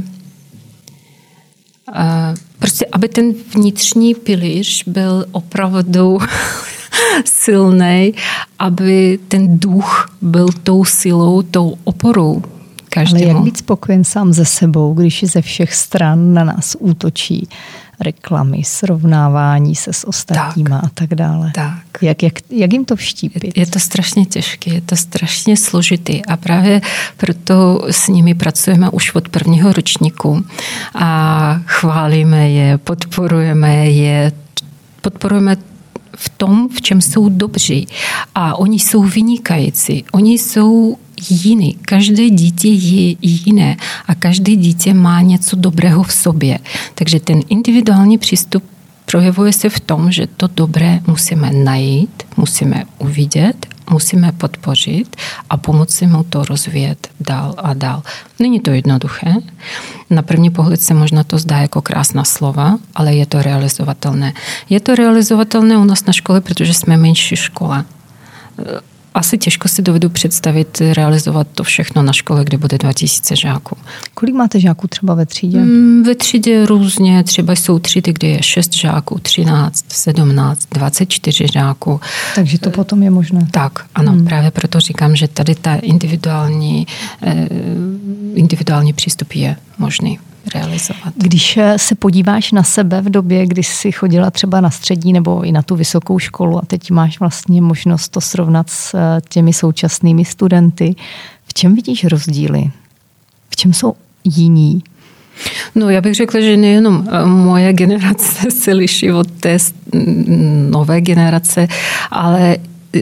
prostě aby ten vnitřní pilíř byl opravdu silný, aby ten duch byl tou silou, tou oporou každému. Ale jak být spokojen sám se sebou, když ze všech stran na nás útočí reklamy, srovnávání se s ostatníma tak, a tak dále. Tak. Jak, jak, jak jim to vštípit? Je, je to strašně těžké, je to strašně složitý a právě proto s nimi pracujeme už od prvního ročníku a chválíme je, podporujeme je, podporujeme v tom, v čem jsou dobří. A oni jsou vynikající. Oni jsou jiný. Každé dítě je jiné a každé dítě má něco dobrého v sobě. Takže ten individuální přístup projevuje se v tom, že to dobré musíme najít, musíme uvidět, musíme podpořit a pomoci mu to rozvíjet dál a dál. Není to jednoduché. Na první pohled se možná to zdá jako krásná slova, ale je to realizovatelné. Je to realizovatelné u nás na škole, protože jsme menší škola. asi těžko si dovedu představit, realizovat to všechno na škole, kde bude dva tisíce žáků. Kolik máte žáků třeba ve třídě? Ve třídě různě, třeba jsou třídy, kde je šest žáků, třináct, sedmnáct, dvacet čtyři žáků. Takže to potom je možné. Tak, ano, hmm. právě proto říkám, že tady ta individuální, individuální přístup je možný realizovat. Když se podíváš na sebe v době, kdy jsi chodila třeba na střední nebo i na tu vysokou školu a teď máš vlastně možnost to srovnat s těmi současnými studenty, v čem vidíš rozdíly? V čem jsou jiní? No, já bych řekla, že nejenom moje generace se liší od té nové generace, ale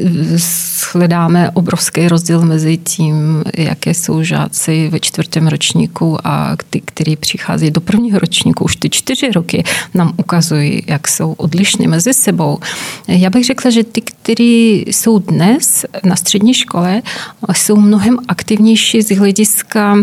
hledáme obrovský rozdíl mezi tím, jaké jsou žáci ve čtvrtém ročníku a ty, kteří přichází do prvního ročníku. Už ty čtyři roky nám ukazují, jak jsou odlišní mezi sebou. Já bych řekla, že ty, kteří jsou dnes na střední škole, jsou mnohem aktivnější z hlediska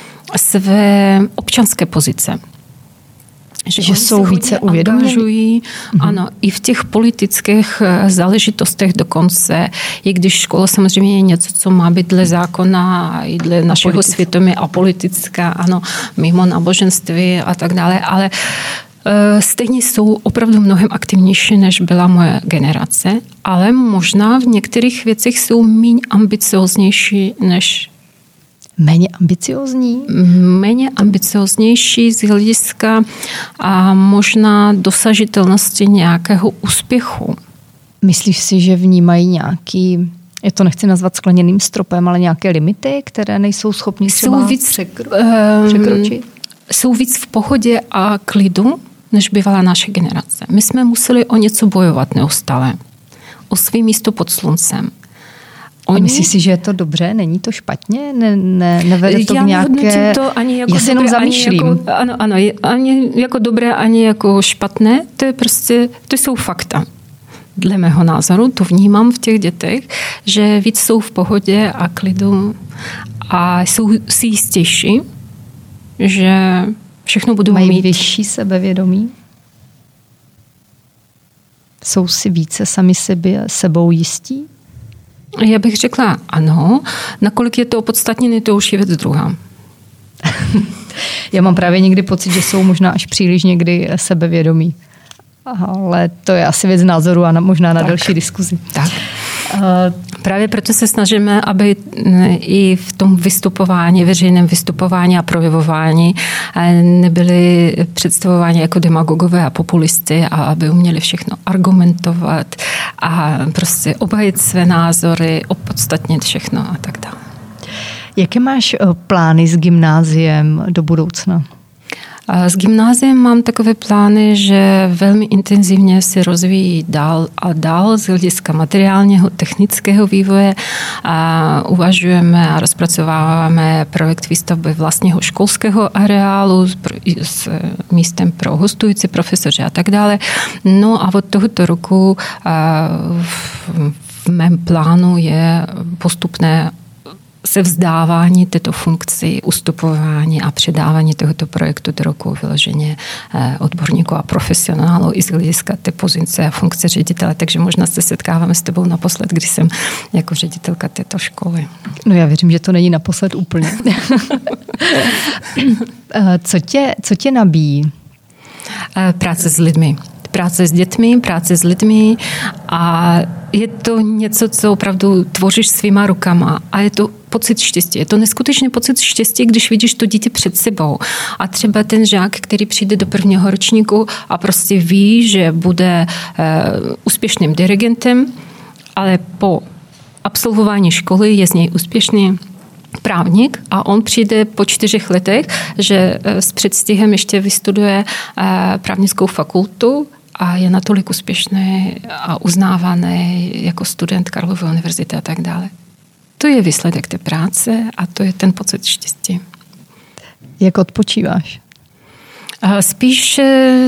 své občanské pozice. Že, že jsou více uvědomují. Ano, i v těch politických záležitostech dokonce, i když škola samozřejmě je něco, co má být dle zákona a i dle našeho světomí apolitická, ano, mimo náboženství a tak dále, ale stejně jsou opravdu mnohem aktivnější, než byla moje generace, ale možná v některých věcech jsou méně ambicioznější než Méně ambiciozní? Méně ambicioznější z hlediska a možná dosažitelnosti nějakého úspěchu. Myslíš si, že vnímají nějaký, já to nechci nazvat skleněným stropem, ale nějaké limity, které nejsou schopni třeba jsou víc, překro- překročit? Jsou víc v pohodě a klidu, než bývala naše generace. My jsme museli o něco bojovat neustále. O svý místo pod sluncem. Oni... A myslíš si, že je to dobře? Není to špatně? Ne, ne, nevede to já k nějaké... To ani jako Já si jenom zamýšlím. Ani jako, ano, ano, ani jako dobré, ani jako špatné. To je prostě, to jsou fakta. Dle mého názoru to vnímám v těch dětech, že víc jsou v pohodě a klidu a jsou si jistější, že všechno budou Mají mít. vyšší sebevědomí? Jsou si více sami sebě, sebou jistí? Já bych řekla ano. Nakolik je to opodstatněné, to už je věc druhá. Já mám právě někdy pocit, že jsou možná až příliš někdy sebevědomí. Ale to je asi věc názoru a na, možná na tak. další diskuzi. Tak. Právě proto se snažíme, aby i v tom vystupování, veřejném vystupování a projevování nebyli představováni jako demagogové a populisty a aby uměli všechno argumentovat a prostě obhajit své názory, opodstatnit všechno a tak dále. Jaké máš plány s gymnáziem do budoucna? S gymnáziem mám takové plány, že velmi intenzivně se rozvíjí dál a dál z hlediska materiálního, technického vývoje. A uvažujeme a rozpracováváme projekt výstavby vlastního školského areálu s, s místem pro hostující profesoři a tak dále. No a od tohoto roku v, v mém plánu je postupné se vzdávání této funkci, ustupování a předávání tohoto projektu do roku vyloženě odborníků a profesionálů i z hlediska té pozice a funkce ředitele. Takže možná se setkáváme s tebou naposled, když jsem jako ředitelka této školy. No já věřím, že to není naposled úplně. co, tě, co tě nabíjí? Práce s lidmi. Práce s dětmi, práce s lidmi a je to něco, co opravdu tvoříš svýma rukama a je to pocit štěstí. Je to neskutečný pocit štěstí, když vidíš to dítě před sebou. A třeba ten žák, který přijde do prvního ročníku a prostě ví, že bude uh, úspěšným dirigentem, ale po absolvování školy je z něj úspěšný právník a on přijde po čtyřech letech, že s předstihem ještě vystuduje právnickou fakultu a je natolik úspěšný a uznávaný jako student Karlovy univerzity a tak dále. To je výsledek té práce a to je ten pocit štěstí. Jak odpočíváš? Spíš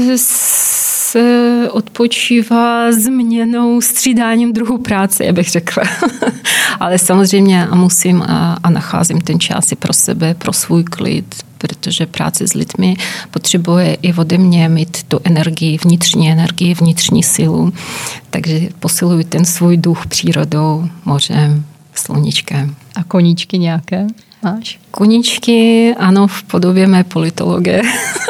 se odpočívá změnou, střídáním druhu práce, já bych řekla. Ale samozřejmě musím a, a nacházím ten čas i pro sebe, pro svůj klid, protože práce s lidmi potřebuje i ode mě mít tu energii, vnitřní energii, vnitřní sílu. Takže posiluji ten svůj duch přírodou, mořem, sluníčkem. A koníčky nějaké máš? Koníčky, ano, v podobě mé politologie.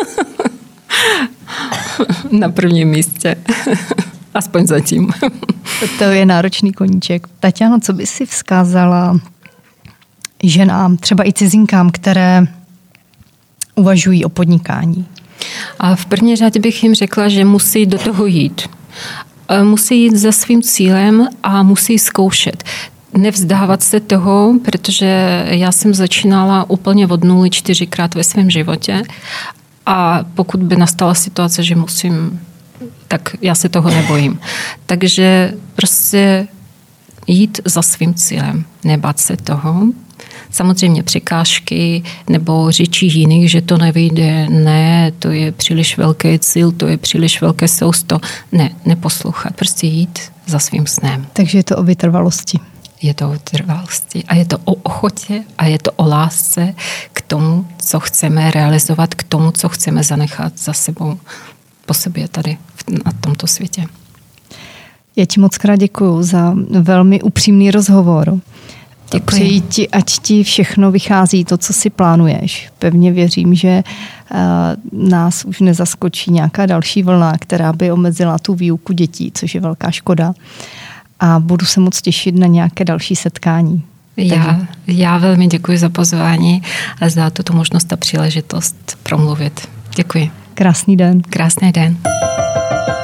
Na prvním místě. Aspoň zatím. To je náročný koníček. Tatiano, co by si vzkázala ženám, třeba i cizinkám, které uvažují o podnikání? A v první řadě bych jim řekla, že musí do toho jít. Musí jít za svým cílem a musí zkoušet. Nevzdávat se toho, protože já jsem začínala úplně od nuly čtyřikrát ve svém životě a pokud by nastala situace, že musím, tak já se toho nebojím. Takže prostě jít za svým cílem, nebát se toho. Samozřejmě překážky nebo řeči jiných, že to nevyjde, ne, to je příliš velký cíl, to je příliš velké sousto. Ne, neposlouchat, prostě jít za svým snem. Takže je to o vytrvalosti. Je to o vytrvalosti a je to o ochotě a je to o lásce k tomu, co chceme realizovat, k tomu, co chceme zanechat za sebou po sobě tady na tomto světě. Já ti moc krát děkuju za velmi upřímný rozhovor. Děkuji. Přeji ti, ať ti všechno vychází, to, co si plánuješ. Pevně věřím, že uh, nás už nezaskočí nějaká další vlna, která by omezila tu výuku dětí, což je velká škoda. A budu se moc těšit na nějaké další setkání. Já, já velmi děkuji za pozvání a za tuto možnost a příležitost promluvit. Děkuji. Krásný den. Krásný den.